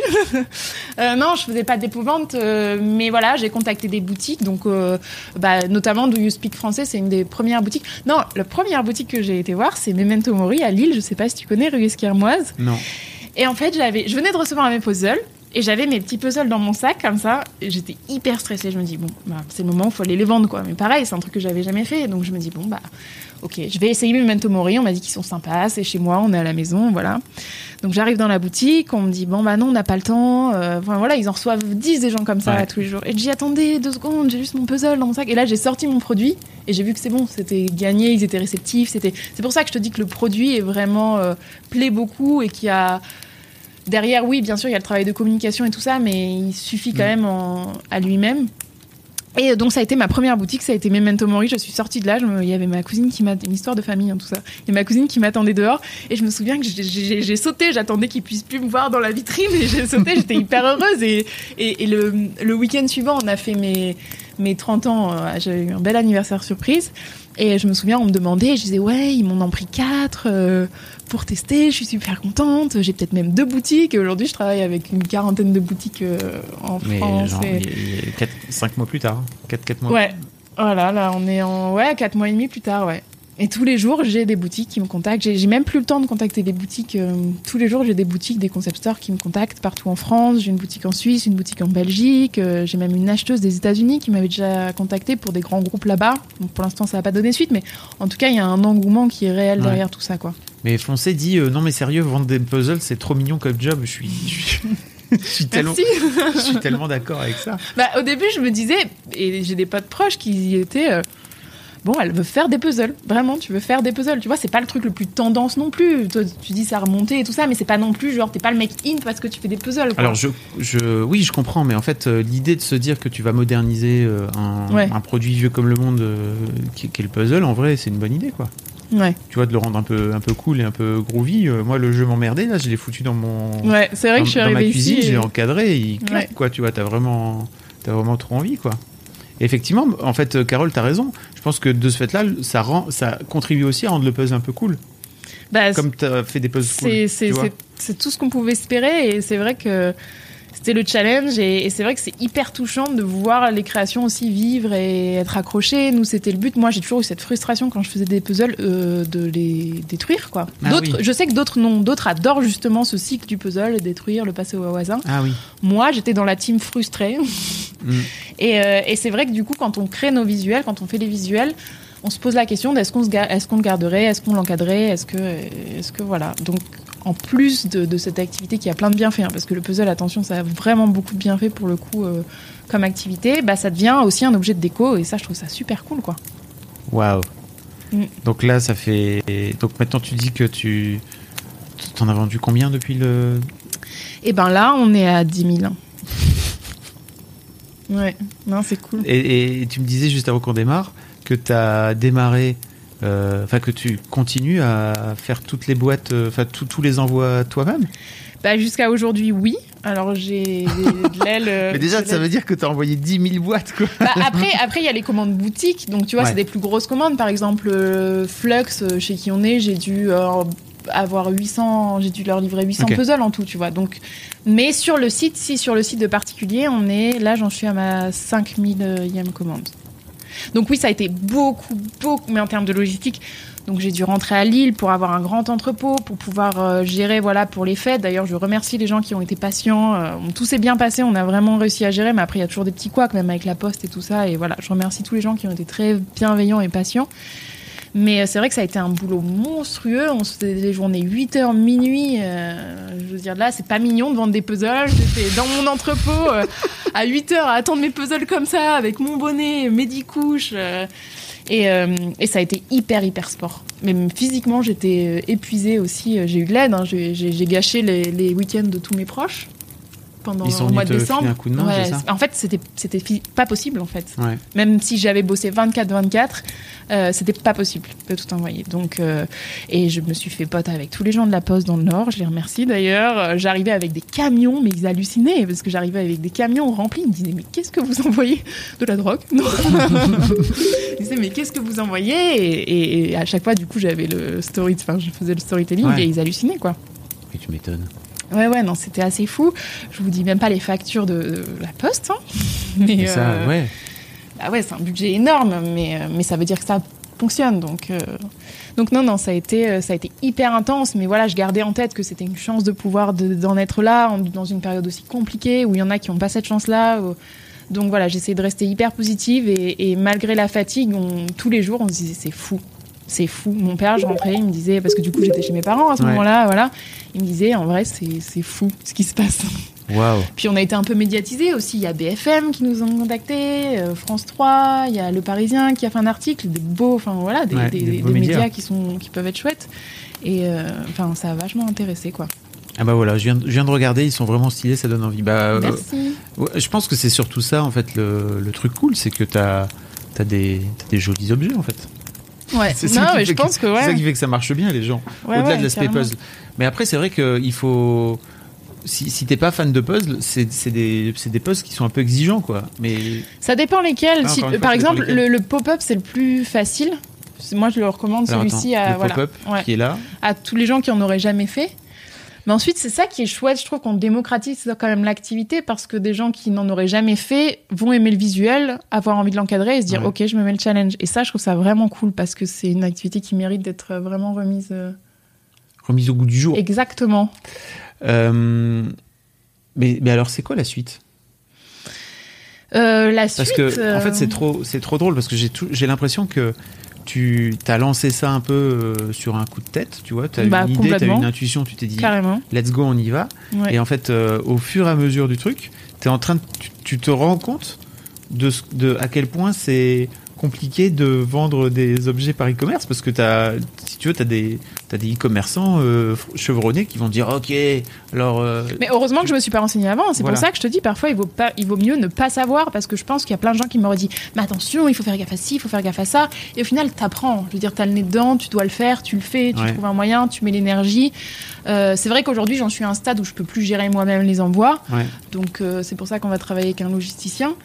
C: Non, je faisais pas de dépôt-vente, mais voilà, j'ai contacté des boutiques, donc notamment Do You Speak Français, c'est une des premières boutiques. Non, la première boutique que j'ai été voir, c'est Memento Mori à Lille. Je sais pas si tu connais, rue Esquermoise.
D: Non.
C: Et en fait, je venais de recevoir mes puzzles. Et j'avais mes petits puzzles dans mon sac, comme ça. Et j'étais hyper stressée. Je me dis, c'est le moment où il faut aller les vendre, quoi. Mais pareil, c'est un truc que j'avais jamais fait. Donc je me dis, ok, je vais essayer Memento Mori. On m'a dit qu'ils sont sympas. C'est chez moi, on est à la maison, voilà. Donc j'arrive dans la boutique. On me dit, non, on n'a pas le temps. Ils en reçoivent 10 des gens comme ça tous les jours. Et je dis, attendez, 2 secondes, j'ai juste mon puzzle dans mon sac. Et là, j'ai sorti mon produit. Et j'ai vu que c'est bon, c'était gagné, ils étaient réceptifs. C'est pour ça que je te dis que le produit est vraiment plaît beaucoup et qu'il y a. Derrière, oui, bien sûr, il y a le travail de communication et tout ça, mais il suffit quand même à lui-même. Et donc, ça a été ma première boutique, ça a été Memento Mori. Je suis sortie de là, il y avait ma cousine qui m'a... Une histoire de famille, tout ça. Il y a ma cousine qui m'attendait dehors. Et je me souviens que j'ai sauté, j'attendais qu'il puisse plus me voir dans la vitrine. Et j'ai sauté, j'étais hyper heureuse. Et le week-end suivant, on a fait mes 30 ans. J'avais eu un bel anniversaire surprise. Et je me souviens, on me demandait, je disais, ils m'en ont pris 4 pour tester, je suis super contente. J'ai peut-être même 2 boutiques. Et aujourd'hui, je travaille avec une 40aine de boutiques en France.
D: Genre, 5 mois plus tard. 4 mois.
C: Ouais, voilà, là, on est en 4 mois et demi plus tard, ouais. Et tous les jours, j'ai des boutiques qui me contactent. J'ai même plus le temps de contacter des boutiques. Tous les jours, j'ai des boutiques, des concept stores qui me contactent partout en France. J'ai une boutique en Suisse, une boutique en Belgique. J'ai même une acheteuse des États-Unis qui m'avait déjà contacté pour des grands groupes là-bas. Donc pour l'instant, ça n'a pas donné suite, mais en tout cas, il y a un engouement qui est réel derrière tout ça, quoi.
D: Mais Foncé dit non, mais sérieux, vendre des puzzles, c'est trop mignon comme job. Je suis tellement d'accord avec ça.
C: Au début, je me disais, et j'ai des potes proches qui y étaient. Elle veut faire des puzzles. Vraiment, tu veux faire des puzzles. Tu vois, c'est pas le truc le plus tendance non plus. Toi, tu dis ça a remonté et tout ça, mais c'est pas non plus genre, t'es pas le mec in parce que tu fais des puzzles, quoi.
D: Alors, oui, je comprends, mais en fait, l'idée de se dire que tu vas moderniser un produit vieux comme le monde qui est le puzzle, en vrai, c'est une bonne idée, quoi.
C: Ouais.
D: Tu vois, de le rendre un peu cool et un peu groovy. Moi, le jeu m'emmerdait, là, je l'ai foutu dans mon.
C: Ouais, c'est vrai que je suis arrivée
D: ici. Dans ma cuisine,
C: ici.
D: J'ai encadré, il claque, quoi. Tu vois, t'as vraiment trop envie, quoi. Et effectivement, en fait, Carole, t'as raison. Je pense que de ce fait-là, ça contribue aussi à rendre le puzzle un peu cool. Comme t'as fait des puzzles cool.
C: C'est tout ce qu'on pouvait espérer, et c'est vrai que c'était le challenge, et c'est vrai que c'est hyper touchant de voir les créations aussi vivre et être accrochées. Nous, c'était le but. Moi, j'ai toujours eu cette frustration quand je faisais des puzzles de les détruire, quoi. Je sais que d'autres non, d'autres adorent justement ce cycle du puzzle, détruire, le passer au voisin.
D: Ah oui.
C: Moi, j'étais dans la team frustrée. Et c'est vrai que du coup, quand on crée nos visuels, quand on fait les visuels, on se pose la question d'est-ce qu'on le garderait, est-ce qu'on l'encadrait, est-ce que voilà. Donc en plus de cette activité qui a plein de bienfaits, hein, parce que le puzzle, attention, ça a vraiment beaucoup de bienfaits pour le coup comme activité, ça devient aussi un objet de déco et ça, je trouve ça super cool, quoi.
D: Waouh. Donc là, ça fait. Donc maintenant, tu dis que tu t'en as vendu combien depuis le.
C: Et là, on est à 10 000. Ouais, non, c'est cool.
D: Et tu me disais juste avant qu'on démarre que tu as démarré. Que tu continues à faire toutes les boîtes, tous les envois toi-même.
C: Jusqu'à aujourd'hui, oui. Alors j'ai de l'aile.
D: Mais déjà, ça veut dire que tu as envoyé 10 000 boîtes, quoi.
C: Après, il y a les commandes boutiques. Donc, tu vois, c'est des plus grosses commandes. Par exemple, Flux, chez qui on est, j'ai dû avoir 800. J'ai dû leur livrer 800 puzzles en tout, tu vois. Donc, mais sur le site, sur le site de particulier, là, j'en suis à ma 5000e commande. Donc oui, ça a été beaucoup, mais en termes de logistique. Donc j'ai dû rentrer à Lille pour avoir un grand entrepôt, pour pouvoir gérer, pour les fêtes. D'ailleurs, je remercie les gens qui ont été patients. Tout s'est bien passé, on a vraiment réussi à gérer. Mais après, il y a toujours des petits couacs, même avec la poste et tout ça. Et voilà, je remercie tous les gens qui ont été très bienveillants et patients. Mais c'est vrai que ça a été un boulot monstrueux. On se faisait des journées 8h, minuit. Je veux dire, là, c'est pas mignon de vendre des puzzles. J'étais dans mon entrepôt à 8h à attendre mes puzzles comme ça, avec mon bonnet, mes 10 couches. Et ça a été hyper sport. Même physiquement, j'étais épuisée aussi. J'ai eu de l'aide. Hein. J'ai gâché les week-ends de tous mes proches. Pendant le mois de décembre.
D: Un coup de main, c'est ça ?
C: En fait, c'était pas possible, en fait.
D: Ouais.
C: Même si j'avais bossé 24/24, c'était pas possible de tout envoyer. Donc, et je me suis fait pote avec tous les gens de la Poste dans le Nord. Je les remercie d'ailleurs. J'arrivais avec des camions, mais ils hallucinaient parce que j'arrivais avec des camions remplis. Ils me disaient, mais qu'est-ce que vous envoyez ? De la drogue ? Non. Ils disaient, mais qu'est-ce que vous envoyez ? Et à chaque fois, du coup, j'avais je faisais le storytelling et ils hallucinaient, quoi.
D: Et tu m'étonnes.
C: Ouais, non, c'était assez fou. Je vous dis même pas les factures de la Poste, hein. Mais
D: ça, ouais.
C: C'est un budget énorme, mais ça veut dire que ça fonctionne. Donc non, ça a été hyper intense. Mais voilà, je gardais en tête que c'était une chance de pouvoir d'en être là dans une période aussi compliquée où il y en a qui n'ont pas cette chance-là. Donc voilà, j'essayais de rester hyper positive et malgré la fatigue, tous les jours, on se disait c'est fou. Mon père, je rentrais, il me disait, parce que du coup j'étais chez mes parents à ce moment-là, voilà, il me disait en vrai c'est fou ce qui se passe.
D: Wow.
C: Puis on a été un peu médiatisés aussi, il y a BFM qui nous ont contactés, France 3, il y a Le Parisien qui a fait un article, des beaux médias qui peuvent être chouettes. Et ça a vachement intéressé, quoi.
D: Ah voilà, je viens de regarder, ils sont vraiment stylés, ça donne envie.
C: Merci.
D: Je pense que c'est surtout ça en fait le truc cool, c'est que t'as des jolis objets en fait.
C: Ouais. C'est ça qui
D: fait que ça marche bien, les gens. Au-delà de l'aspect puzzle. Mais après, c'est vrai qu'il faut. Si t'es pas fan de puzzle, c'est des puzzles qui sont un peu exigeants, quoi. Mais
C: ça dépend lesquels. Par exemple, le pop-up, c'est le plus facile. Moi, je le recommande.
D: Alors,
C: celui-ci
D: le pop-up qui est là.
C: À tous les gens qui en auraient jamais fait. Mais ensuite, c'est ça qui est chouette. Je trouve qu'on démocratise quand même l'activité parce que des gens qui n'en auraient jamais fait vont aimer le visuel, avoir envie de l'encadrer et se dire ok, je me mets le challenge. Et ça, je trouve ça vraiment cool parce que c'est une activité qui mérite d'être vraiment remise
D: au goût du jour.
C: Exactement.
D: Mais alors, c'est quoi la suite ? Parce que en fait, c'est trop drôle parce que j'ai l'impression que tu t'as lancé ça un peu sur un coup de tête, tu vois, t'as une idée, t'as une intuition, tu t'es dit
C: carrément.
D: Let's go, on y va. Ouais. Et en fait, au fur et à mesure du truc, tu te rends compte de à quel point c'est compliqué de vendre des objets par e-commerce parce que si tu veux, t'as des e-commerçants chevronnés qui vont dire ok, alors.
C: Mais heureusement que je me suis pas renseignée avant. C'est pour ça que je te dis parfois il vaut mieux ne pas savoir parce que je pense qu'il y a plein de gens qui m'auraient dit mais attention, il faut faire gaffe à ci, il faut faire gaffe à ça. Et au final, t'apprends. Je veux dire, t'as le nez dedans, tu dois le faire, tu le fais, tu trouves un moyen, tu mets l'énergie. C'est vrai qu'aujourd'hui, j'en suis à un stade où je peux plus gérer moi-même les envois. Ouais. Donc c'est pour ça qu'on va travailler avec un logisticien.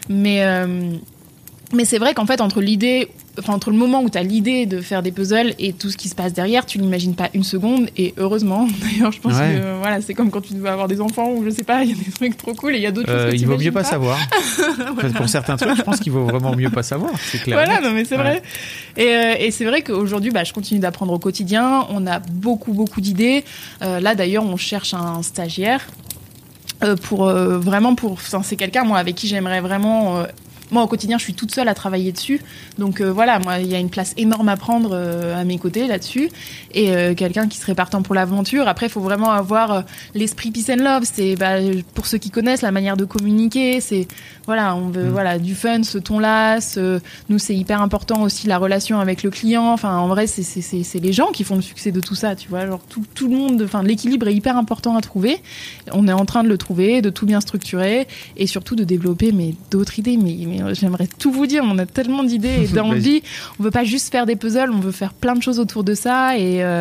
C: Mais c'est vrai qu'en fait, entre le moment où tu as l'idée de faire des puzzles et tout ce qui se passe derrière, tu l'imagines pas une seconde. Et heureusement, d'ailleurs, je pense que voilà, c'est comme quand tu dois avoir des enfants ou je sais pas, il y a des trucs trop cool et il y a d'autres choses que tu
D: il vaut mieux pas savoir. Voilà. Pour certains trucs, je pense qu'il vaut vraiment mieux pas savoir. C'est clair.
C: Voilà, non mais c'est vrai. Et c'est vrai qu'aujourd'hui, je continue d'apprendre au quotidien. On a beaucoup d'idées. Là, d'ailleurs, on cherche un stagiaire c'est quelqu'un moi avec qui j'aimerais vraiment moi au quotidien je suis toute seule à travailler dessus, donc voilà, moi il y a une place énorme à prendre à mes côtés là-dessus, et quelqu'un qui serait partant pour l'aventure. Après il faut vraiment avoir l'esprit peace and love, c'est pour ceux qui connaissent la manière de communiquer, c'est voilà, on veut du fun, ce ton-là, nous c'est hyper important aussi la relation avec le client, enfin en vrai c'est les gens qui font le succès de tout ça, tu vois, genre tout le monde, enfin l'équilibre est hyper important à trouver, on est en train de le trouver, de tout bien structurer et surtout de développer d'autres idées, mais j'aimerais tout vous dire, on a tellement d'idées et d'envie, on veut pas juste faire des puzzles, on veut faire plein de choses autour de ça,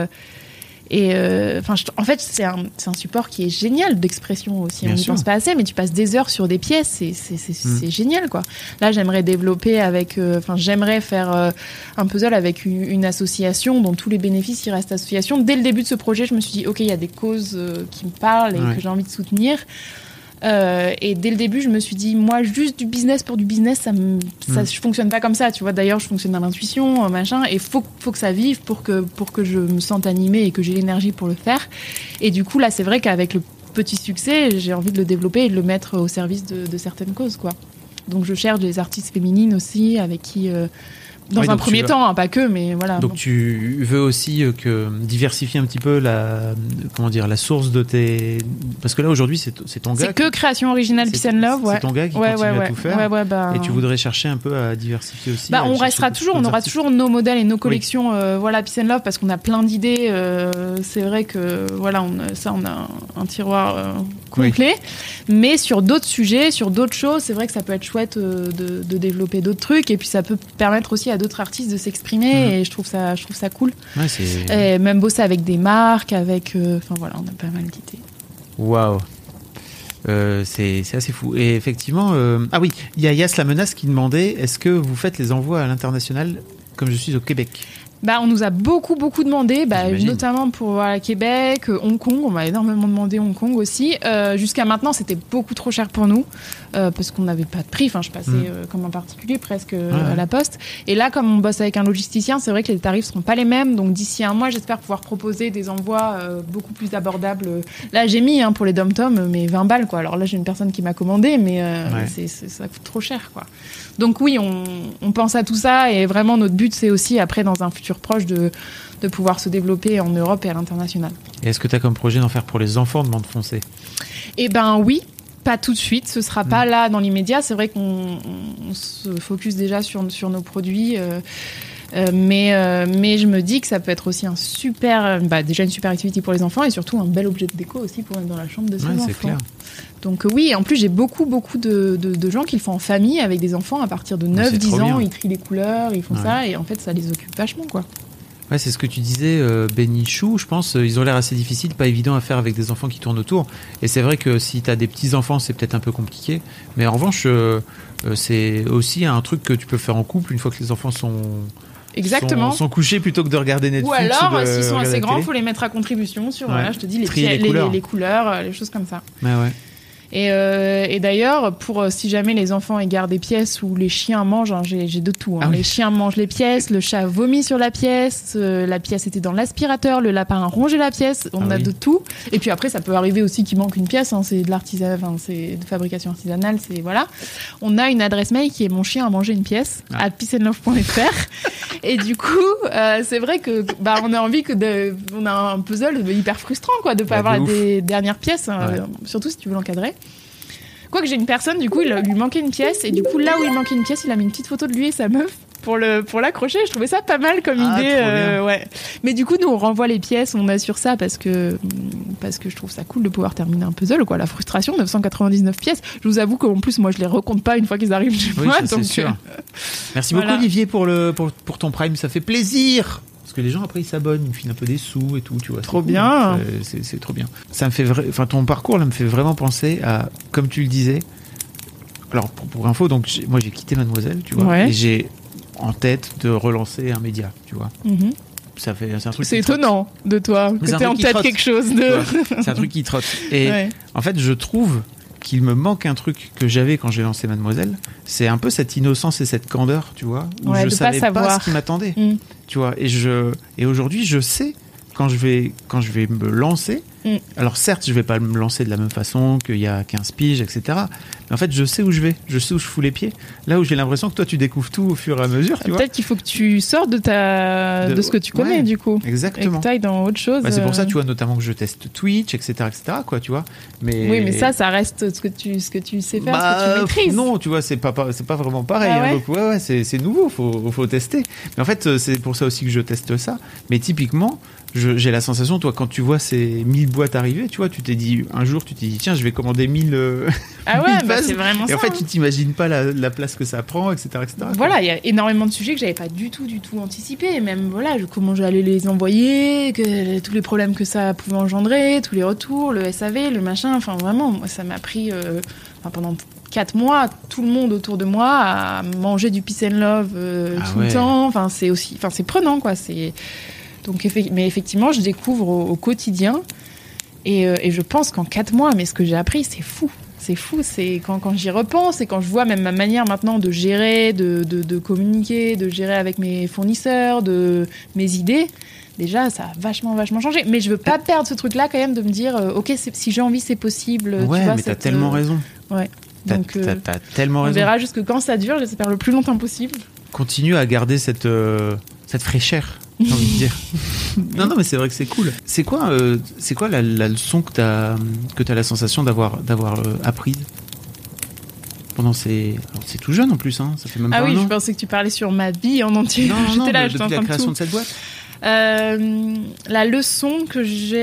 C: en fait c'est un support qui est génial d'expression aussi, on n'y pense pas assez, mais tu passes des heures sur des pièces, c'est génial quoi. Là j'aimerais développer j'aimerais faire un puzzle avec une association dont tous les bénéfices y restent association. Dès le début de ce projet je me suis dit ok, il y a des causes qui me parlent et que j'ai envie de soutenir. Et dès le début, je me suis dit, moi, juste du business pour du business, je fonctionne pas comme ça, tu vois. D'ailleurs, je fonctionne à l'intuition, machin, et faut que ça vive pour que je me sente animée et que j'ai l'énergie pour le faire. Et du coup, là, c'est vrai qu'avec le petit succès, j'ai envie de le développer et de le mettre au service de certaines causes, quoi. Donc, je cherche des artistes féminines aussi, avec qui... Dans un premier temps, hein, pas que, mais voilà.
D: Donc tu veux aussi diversifier un petit peu la source de tes... Parce que là, aujourd'hui, c'est ton gars.
C: C'est que création originale Peace and Love, ouais.
D: C'est ton gars qui continue à tout faire. Et tu voudrais chercher un peu à diversifier aussi.
C: On aura toujours nos modèles et nos collections, Peace and Love, parce qu'on a plein d'idées. C'est vrai que, voilà, on a un tiroir complet. Mais sur d'autres sujets, sur d'autres choses, c'est vrai que ça peut être chouette de développer d'autres trucs. Et puis ça peut permettre aussi à d'autres artistes de s'exprimer, et je trouve ça cool.
D: Ouais,
C: et même bosser avec des marques, avec on a pas mal d'idées.
D: Waouh. C'est assez fou. Et effectivement, il y a Yas la menace qui demandait, est-ce que vous faites les envois à l'international comme je suis au Québec?
C: On nous a beaucoup demandé, notamment pour Québec, Hong Kong, on m'a énormément demandé Hong Kong aussi. Jusqu'à maintenant, c'était beaucoup trop cher pour nous, parce qu'on n'avait pas de prix. Enfin, je passais comme un particulier presque à la poste. Et là, comme on bosse avec un logisticien, c'est vrai que les tarifs seront pas les mêmes. Donc d'ici un mois, j'espère pouvoir proposer des envois beaucoup plus abordables. Là, j'ai mis pour les dom-toms, mais 20 balles, quoi. Alors là, j'ai une personne qui m'a commandé, mais ça coûte trop cher, quoi. Donc oui, on pense à tout ça, et vraiment notre but, c'est aussi après, dans un futur proche, de pouvoir se développer en Europe et à l'international.
D: Et est-ce que tu as comme projet d'en faire pour les enfants de Mande Foncée?
C: Oui, pas tout de suite, ce sera pas là dans l'immédiat. C'est vrai qu'on se focus déjà sur nos produits, mais je me dis que ça peut être aussi déjà une super activité pour les enfants, et surtout un bel objet de déco aussi pour mettre dans la chambre de ses enfants.
D: C'est clair.
C: Donc oui, en plus j'ai beaucoup de gens qui le font en famille avec des enfants à partir de 9-10 ans, ils trient les couleurs, ils font ça, et en fait ça les occupe vachement, quoi.
D: Ouais, c'est ce que tu disais, Bénichou, je pense, ils ont l'air assez difficiles, pas évident à faire avec des enfants qui tournent autour. Et c'est vrai que si t'as des petits-enfants, c'est peut-être un peu compliqué. Mais en revanche, c'est aussi un truc que tu peux faire en couple une fois que les enfants sont couchés, plutôt que de regarder Netflix.
C: Ou alors, s'ils sont assez grands, il faut les mettre à contribution sur, je te dis, les couleurs, les choses comme ça.
D: Ouais.
C: Et d'ailleurs, pour si jamais les enfants égarent des pièces ou les chiens mangent, j'ai de tout. Les chiens mangent les pièces, le chat vomit sur la pièce était dans l'aspirateur, le lapin a rongé la pièce, on a de tout. Et puis après, ça peut arriver aussi qu'il manque une pièce, c'est de l'artisanat, c'est de fabrication artisanale, voilà. On a une adresse mail qui est mon chien a mangé une pièce @peaceandlove.fr. Et du coup, c'est vrai que on a envie on a un puzzle hyper frustrant, quoi, de pas avoir des dernières pièces, surtout si tu veux l'encadrer. Quoique j'ai une personne, du coup, il lui manquait une pièce, et du coup, là où il manquait une pièce, il a mis une petite photo de lui et sa meuf pour l'accrocher. Je trouvais ça pas mal comme idée. Mais du coup, nous, on renvoie les pièces, on assure ça parce que je trouve ça cool de pouvoir terminer un puzzle, quoi. La frustration, 999 pièces. Je vous avoue qu'en plus, moi, je les recompte pas une fois qu'ils arrivent chez moi.
D: Donc, c'est sûr. Merci beaucoup, Olivier, pour ton Prime. Ça fait plaisir. Parce que les gens, après, ils s'abonnent, ils me filent un peu des sous et tout, tu vois.
C: Trop bien.
D: C'est trop bien. Ça me fait ton parcours, là, me fait vraiment penser à, comme tu le disais. Alors, pour info, donc, moi, j'ai quitté Mademoiselle, tu vois. Et j'ai en tête de relancer un média, tu vois. Mm-hmm. C'est un truc.
C: C'est étonnant de toi, que t'aies en tête quelque chose de.
D: C'est un truc qui trotte. Et en fait, je trouve qu'il me manque un truc que j'avais quand j'ai lancé Mademoiselle, c'est un peu cette innocence et cette candeur, tu vois, où je savais pas ce qui m'attendait, tu vois, et aujourd'hui je sais quand je vais me lancer, alors certes, je vais pas me lancer de la même façon qu'il y a 15 piges, etc. Mais en fait, je sais où je vais, je sais où je fous les pieds. Là où j'ai l'impression que toi, tu découvres tout au fur et à mesure, tu vois.
C: Peut-être qu'il faut que tu sortes de ce que tu connais, du coup.
D: Exactement.
C: Et que tu ailles dans autre chose.
D: C'est pour ça, tu vois, notamment que je teste Twitch, etc., quoi, tu vois. Mais...
C: Oui, mais ça reste ce que tu sais faire, ce que tu maîtrises.
D: Non, tu vois, c'est pas vraiment pareil.
C: Ah ouais.
D: Donc, ouais, c'est nouveau, faut tester. Mais en fait, c'est pour ça aussi que je teste ça. Mais typiquement, j'ai la sensation, toi, quand tu vois ces 1000 boîtes arriver, tu vois, tu t'es dit, un jour, tiens, je vais commander 1000
C: Ah ouais,
D: 1000
C: c'est vraiment ça.
D: Et en fait, tu t'imagines pas la place que ça prend, etc.,
C: Voilà, il y a énormément de sujets que j'avais pas du tout anticipé. Et même, voilà, comment j'allais les envoyer, tous les problèmes que ça pouvait engendrer, tous les retours, le SAV, le machin. Enfin, vraiment, moi, ça m'a pris pendant 4 mois, tout le monde autour de moi a mangé du peace and love tout le temps. Enfin, c'est prenant, quoi. Mais effectivement, je découvre au quotidien. Et je pense qu'en 4 mois, mais ce que j'ai appris, c'est fou. C'est fou, c'est quand j'y repense et quand je vois même ma manière maintenant de gérer, de communiquer, de gérer avec mes fournisseurs, de mes idées. Déjà, ça a vachement changé. Mais je veux pas perdre ce truc-là quand même de me dire, ok, si j'ai envie, c'est possible.
D: Ouais,
C: tu vois,
D: mais t'as tellement raison.
C: Ouais. Donc,
D: t'as tellement raison.
C: On verra jusque quand ça dure. J'espère le plus longtemps possible.
D: Continue à garder cette fraîcheur, j'ai envie de dire. Non, mais c'est vrai que c'est cool. C'est quoi la leçon que t'as la sensation d'avoir apprise pendant c'est tout jeune en plus, hein. Ça fait même pas un an.
C: Je pensais que tu parlais sur ma vie en entier.
D: Non,
C: j'étais là,
D: depuis la création de cette boîte.
C: La leçon que j'ai,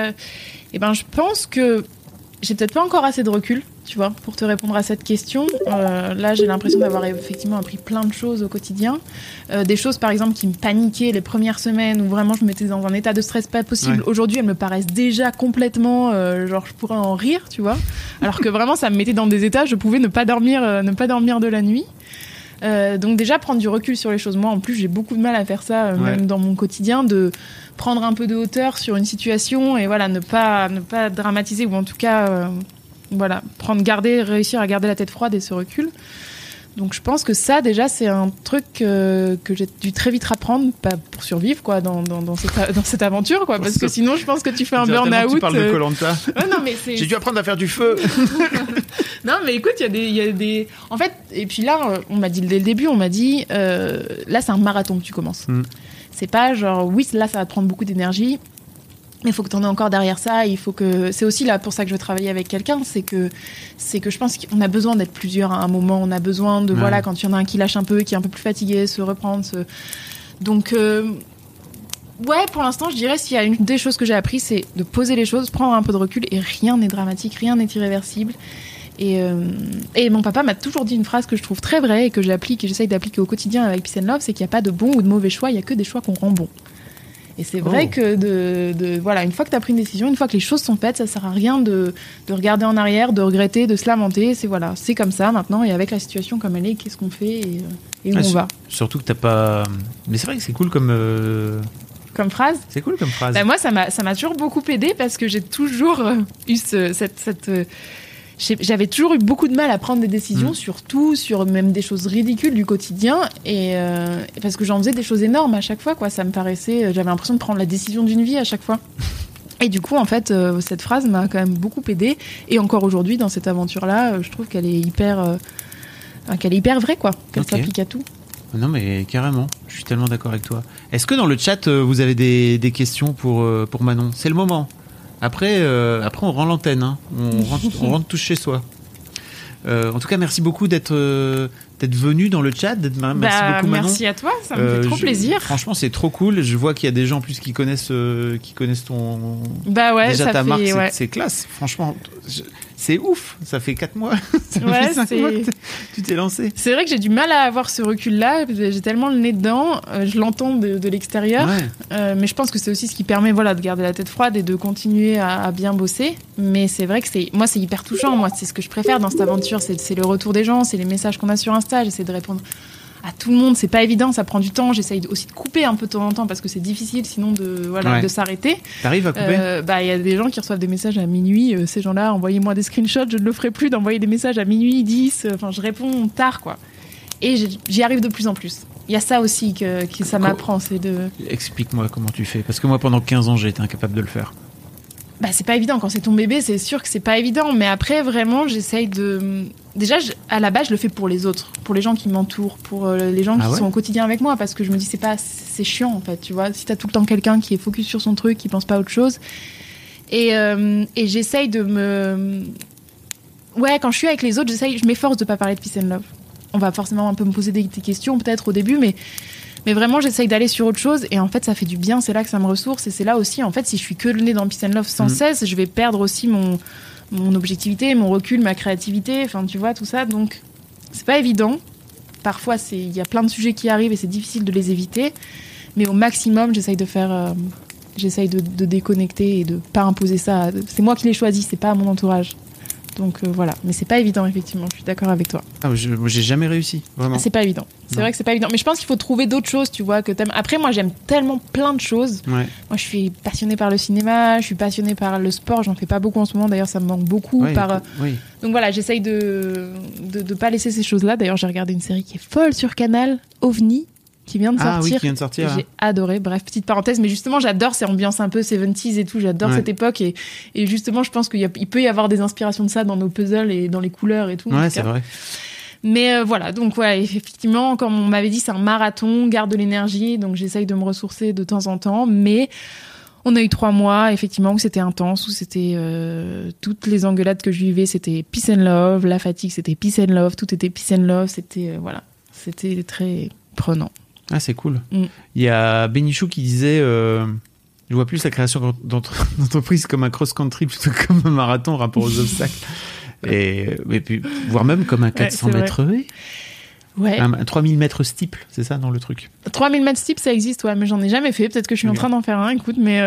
C: je pense que j'ai peut-être pas encore assez de recul, tu vois, pour te répondre à cette question. Là, j'ai l'impression d'avoir effectivement appris plein de choses au quotidien. Des choses, par exemple, qui me paniquaient les premières semaines, où vraiment je m'étais dans un état de stress pas possible. Ouais. Aujourd'hui, elles me paraissent déjà complètement, genre, je pourrais en rire, tu vois. Alors que vraiment, ça me mettait dans des états, je pouvais ne pas dormir de la nuit. Donc déjà prendre du recul sur les choses. Moi en plus j'ai beaucoup de mal à faire ça même dans mon quotidien, de prendre un peu de hauteur sur une situation et voilà, ne pas dramatiser, ou en tout cas réussir à garder la tête froide et ce recul. Donc je pense que ça déjà c'est un truc que j'ai dû très vite apprendre, pas pour survivre quoi dans cette aventure quoi, parce que sinon je pense que tu fais un burn-out.
D: Tu parles de Koh-Lanta.
C: Non mais c'est...
D: J'ai dû apprendre à faire du feu.
C: Non mais écoute, il y a des en fait, et puis là on m'a dit dès le début, on m'a dit là c'est un marathon que tu commences. C'est pas genre oui là ça va te prendre beaucoup d'énergie. Mais il faut que tu en aies encore derrière ça. Il faut que c'est aussi là pour ça que je veux travailler avec quelqu'un, c'est que je pense qu'on a besoin d'être plusieurs à un moment. On a besoin de voilà, quand il y en a un qui lâche un peu, qui est un peu plus fatigué, se reprendre. Donc pour l'instant je dirais s'il y a une des choses que j'ai appris, c'est de poser les choses, prendre un peu de recul, et rien n'est dramatique, rien n'est irréversible. Et mon papa m'a toujours dit une phrase que je trouve très vraie et que j'applique et j'essaye d'appliquer au quotidien avec Peace and Love, c'est qu'il n'y a pas de bon ou de mauvais choix, il n'y a que des choix qu'on rend bons. Et c'est vrai que voilà, une fois que tu as pris une décision, une fois que les choses sont faites, ça sert à rien de regarder en arrière, de regretter, de se lamenter. C'est comme ça maintenant, et avec la situation comme elle est, qu'est-ce qu'on fait et où on va. Surtout que t'as pas. Mais c'est vrai que c'est cool comme phrase. C'est cool comme phrase. Bah moi, ça m'a toujours beaucoup aidé parce que j'ai toujours eu j'avais toujours eu beaucoup de mal à prendre des décisions, surtout sur même des choses ridicules du quotidien, et parce que j'en faisais des choses énormes à chaque fois, quoi. Ça me paraissait, j'avais l'impression de prendre la décision d'une vie à chaque fois. Et du coup, en fait, cette phrase m'a quand même beaucoup aidée. Et encore aujourd'hui, dans cette aventure-là, je trouve qu'elle est hyper vraie, quoi. Qu'elle s'applique à tout. Non, mais carrément. Je suis tellement d'accord avec toi. Est-ce que dans le chat, vous avez des questions pour Manon ? C'est le moment. Après, on rend l'antenne, hein. On rentre tous chez soi. En tout cas, merci beaucoup d'être venu dans le chat. Merci beaucoup, Manon. Merci à toi, ça me fait trop plaisir. Franchement, c'est trop cool. Je vois qu'il y a des gens en plus qui connaissent ton. Bah ouais, déjà ta marque, c'est classe. Franchement, c'est ouf. Ça fait 4 mois. Ça fait 5 mois que tu t'es lancé. C'est vrai que j'ai du mal à avoir ce recul-là. J'ai tellement le nez dedans. Je l'entends de l'extérieur. Ouais. Mais je pense que c'est aussi ce qui permet de garder la tête froide et de continuer à bien bosser. Mais c'est vrai que c'est hyper touchant. Moi, c'est ce que je préfère dans cette aventure. C'est le retour des gens, c'est les messages qu'on a sur Insta. J'essaie de répondre à tout le monde, c'est pas évident, ça prend du temps. J'essaye aussi de couper un peu de temps en temps parce que c'est difficile sinon de s'arrêter. T'arrives à couper ? Y a des gens qui reçoivent des messages à minuit. Ces gens-là, envoyez-moi des screenshots, je ne le ferai plus d'envoyer des messages à minuit 10. Enfin, je réponds tard, quoi. Et j'y arrive de plus en plus. Il y a ça aussi que ça m'apprend, c'est de...
D: Explique-moi comment tu fais, parce que moi pendant 15 ans j'ai été incapable de le faire.
C: Bah, c'est pas évident, quand c'est ton bébé, c'est sûr que c'est pas évident, mais après vraiment j'essaye de... Déjà, à la base, je le fais pour les autres, pour les gens qui m'entourent, pour les gens qui sont au quotidien avec moi, parce que je me dis c'est chiant en fait, tu vois, si t'as tout le temps quelqu'un qui est focus sur son truc, qui pense pas à autre chose, et j'essaye de me... Ouais, quand je suis avec les autres, je m'efforce de pas parler de peace and love. On va forcément un peu me poser des questions peut-être au début, mais vraiment j'essaye d'aller sur autre chose, et en fait ça fait du bien, c'est là que ça me ressource, et c'est là aussi en fait si je suis que le nez dans peace and love sans cesse, je vais perdre aussi mon objectivité, mon recul, ma créativité, enfin tu vois tout ça, donc c'est pas évident. Parfois il y a plein de sujets qui arrivent et c'est difficile de les éviter, mais au maximum j'essaye de déconnecter et de pas imposer ça. C'est moi qui l'ai choisi, c'est pas à mon entourage. Donc voilà, mais c'est pas évident effectivement, je suis d'accord avec toi.
D: Ah, j'ai jamais réussi, vraiment.
C: C'est pas évident. C'est vrai que c'est pas évident, mais je pense qu'il faut trouver d'autres choses, tu vois, que t'aimes. Après moi j'aime tellement plein de choses. Ouais. Moi je suis passionnée par le cinéma, je suis passionnée par le sport, j'en fais pas beaucoup en ce moment d'ailleurs, ça me manque beaucoup Donc voilà, j'essaye de pas laisser ces choses-là. D'ailleurs, j'ai regardé une série qui est folle sur Canal, OVNI, qui vient de sortir.
D: Ah oui, qui vient de sortir.
C: J'ai adoré. Bref, petite parenthèse, mais justement, j'adore ces ambiances un peu 70s et tout. J'adore cette époque et justement, je pense qu'il peut y avoir des inspirations de ça dans nos puzzles et dans les couleurs et tout.
D: Ouais, c'est vrai.
C: Mais voilà, donc ouais, effectivement, comme on m'avait dit, c'est un marathon, garde de l'énergie, donc j'essaye de me ressourcer de temps en temps, mais on a eu 3 mois, effectivement, où c'était intense, où c'était toutes les engueulades que je vivais, c'était peace and love, la fatigue, c'était peace and love, tout était peace and love, c'était voilà, c'était très prenant.
D: Ah, c'est cool. Il y a Bénichou qui disait je vois plus la création d'entreprise comme un cross-country plutôt que comme un marathon rapport aux obstacles. Et puis, voire même comme un 400 mètres haies.
C: Ouais.
D: Un 3000 mètres steeple, c'est ça dans le truc?
C: 3000 mètres steeple, ça existe, ouais, mais j'en ai jamais fait. Peut-être que je suis en train d'en faire un, écoute, mais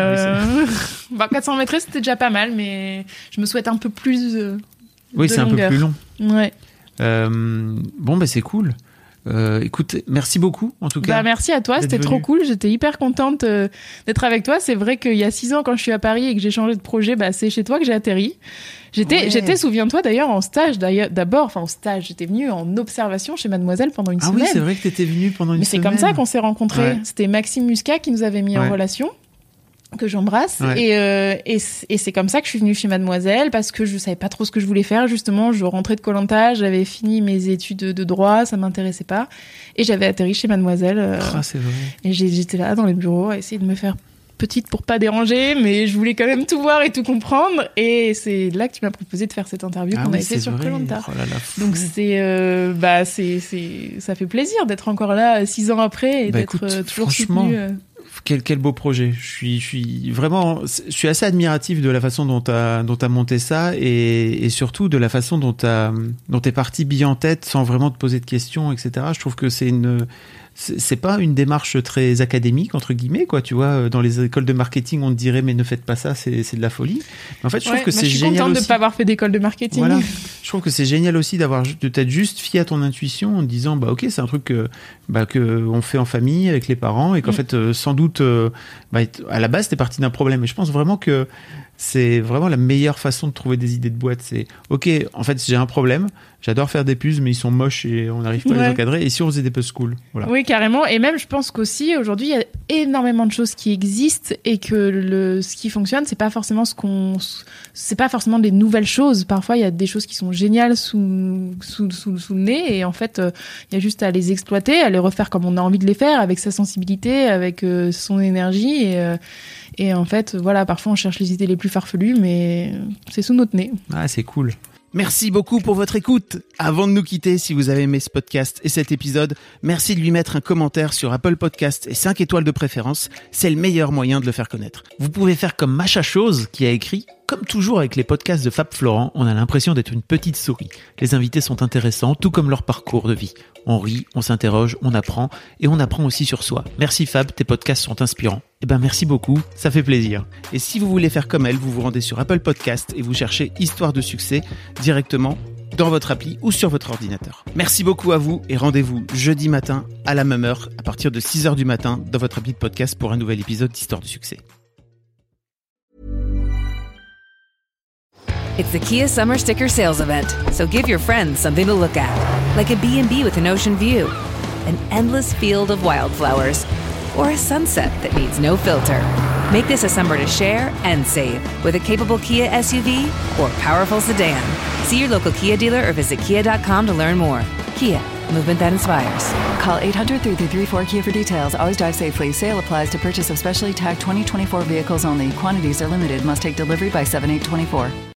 C: 400 mètres, c'était déjà pas mal, mais je me souhaite un peu plus
D: oui, c'est longueur. Un peu plus long.
C: Ouais.
D: Bon, bah c'est cool. Écoute, merci beaucoup en tout cas.
C: Bah, merci à toi, c'était trop cool. J'étais hyper contente d'être avec toi. C'est vrai qu'il y a 6 ans, quand je suis à Paris et que j'ai changé de projet, bah, c'est chez toi que j'ai atterri. J'étais, souviens-toi d'ailleurs, en stage en stage. J'étais venue en observation chez Mademoiselle pendant une semaine.
D: Ah oui, c'est vrai que t'étais venue pendant une semaine.
C: Mais c'est comme ça qu'on s'est rencontrés. Ouais. C'était Maxime Muscat qui nous avait mis en relation, que j'embrasse. Ouais. Et c'est comme ça que je suis venue chez Mademoiselle, parce que je savais pas trop ce que je voulais faire. Justement, je rentrais de Koh-Lanta, j'avais fini mes études de droit, ça m'intéressait pas. Et j'avais atterri chez Mademoiselle.
D: C'est vrai.
C: Et j'étais là dans les bureaux à essayer de me faire petite pour pas déranger, mais je voulais quand même tout voir et tout comprendre. Et c'est là que tu m'as proposé de faire cette interview qu'on avait fait sur Koh-Lanta.
D: Oh là là,
C: donc ça fait plaisir d'être encore là 6 ans après et d'être toujours soutenu.
D: Quel beau projet. Je suis assez admiratif de la façon dont t'as monté ça et surtout de la façon dont t'es parti bille en tête sans vraiment te poser de questions, etc. Je trouve que c'est pas une démarche très académique entre guillemets, quoi, tu vois. Dans les écoles de marketing on te dirait mais ne faites pas ça, c'est de la folie. Mais en fait je trouve que c'est génial. Je suis
C: contente de pas avoir fait d'école de marketing.
D: Voilà. Je trouve que c'est génial aussi de t'être juste fié à ton intuition en te disant bah ok, c'est un truc que on fait en famille avec les parents et qu'en fait sans doute à la base t'es parti d'un problème. Et je pense vraiment que c'est vraiment la meilleure façon de trouver des idées de boîte. C'est ok, en fait j'ai un problème, j'adore faire des puzzles mais ils sont moches et on n'arrive pas à les encadrer, et si on faisait des puzzles cool, voilà.
C: Oui, carrément. Et même je pense qu'aussi aujourd'hui il y a énormément de choses qui existent et que ce qui fonctionne c'est pas forcément des nouvelles choses. Parfois il y a des choses qui sont géniales sous le nez, et en fait il y a juste à les exploiter, à les refaire comme on a envie de les faire, avec sa sensibilité, avec son énergie, et en fait voilà, parfois on cherche les idées les plus farfelues, mais c'est sous notre nez.
D: Ah, c'est cool.
F: Merci beaucoup pour votre écoute. Avant de nous quitter, si vous avez aimé ce podcast et cet épisode, merci de lui mettre un commentaire sur Apple Podcasts et 5 étoiles de préférence. C'est le meilleur moyen de le faire connaître. Vous pouvez faire comme Macha Chose qui a écrit: comme toujours avec les podcasts de Fab Florent, on a l'impression d'être une petite souris. Les invités sont intéressants, tout comme leur parcours de vie. On rit, on s'interroge, on apprend, et on apprend aussi sur soi. Merci Fab, tes podcasts sont inspirants. Merci beaucoup, ça fait plaisir. Et si vous voulez faire comme elle, vous vous rendez sur Apple Podcasts et vous cherchez Histoire de succès directement dans votre appli ou sur votre ordinateur. Merci beaucoup à vous et rendez-vous jeudi matin à la même heure, à partir de 6h du matin, dans votre appli de podcast pour un nouvel épisode d'Histoire de succès.
G: It's the Kia Summer Sticker Sales Event, so give your friends something to look at, like a B&B with an ocean view. an endless field of wildflowers, or a sunset that needs no filter. Make this a summer to share and save with a capable Kia SUV or powerful sedan. See your local Kia dealer or visit kia.com to learn more. Kia, movement that inspires.
H: Call 800-3334-KIA for details. Always drive safely. Sale applies to purchase of specially tagged 2024 vehicles only. Quantities are limited. Must take delivery by 7/8/24.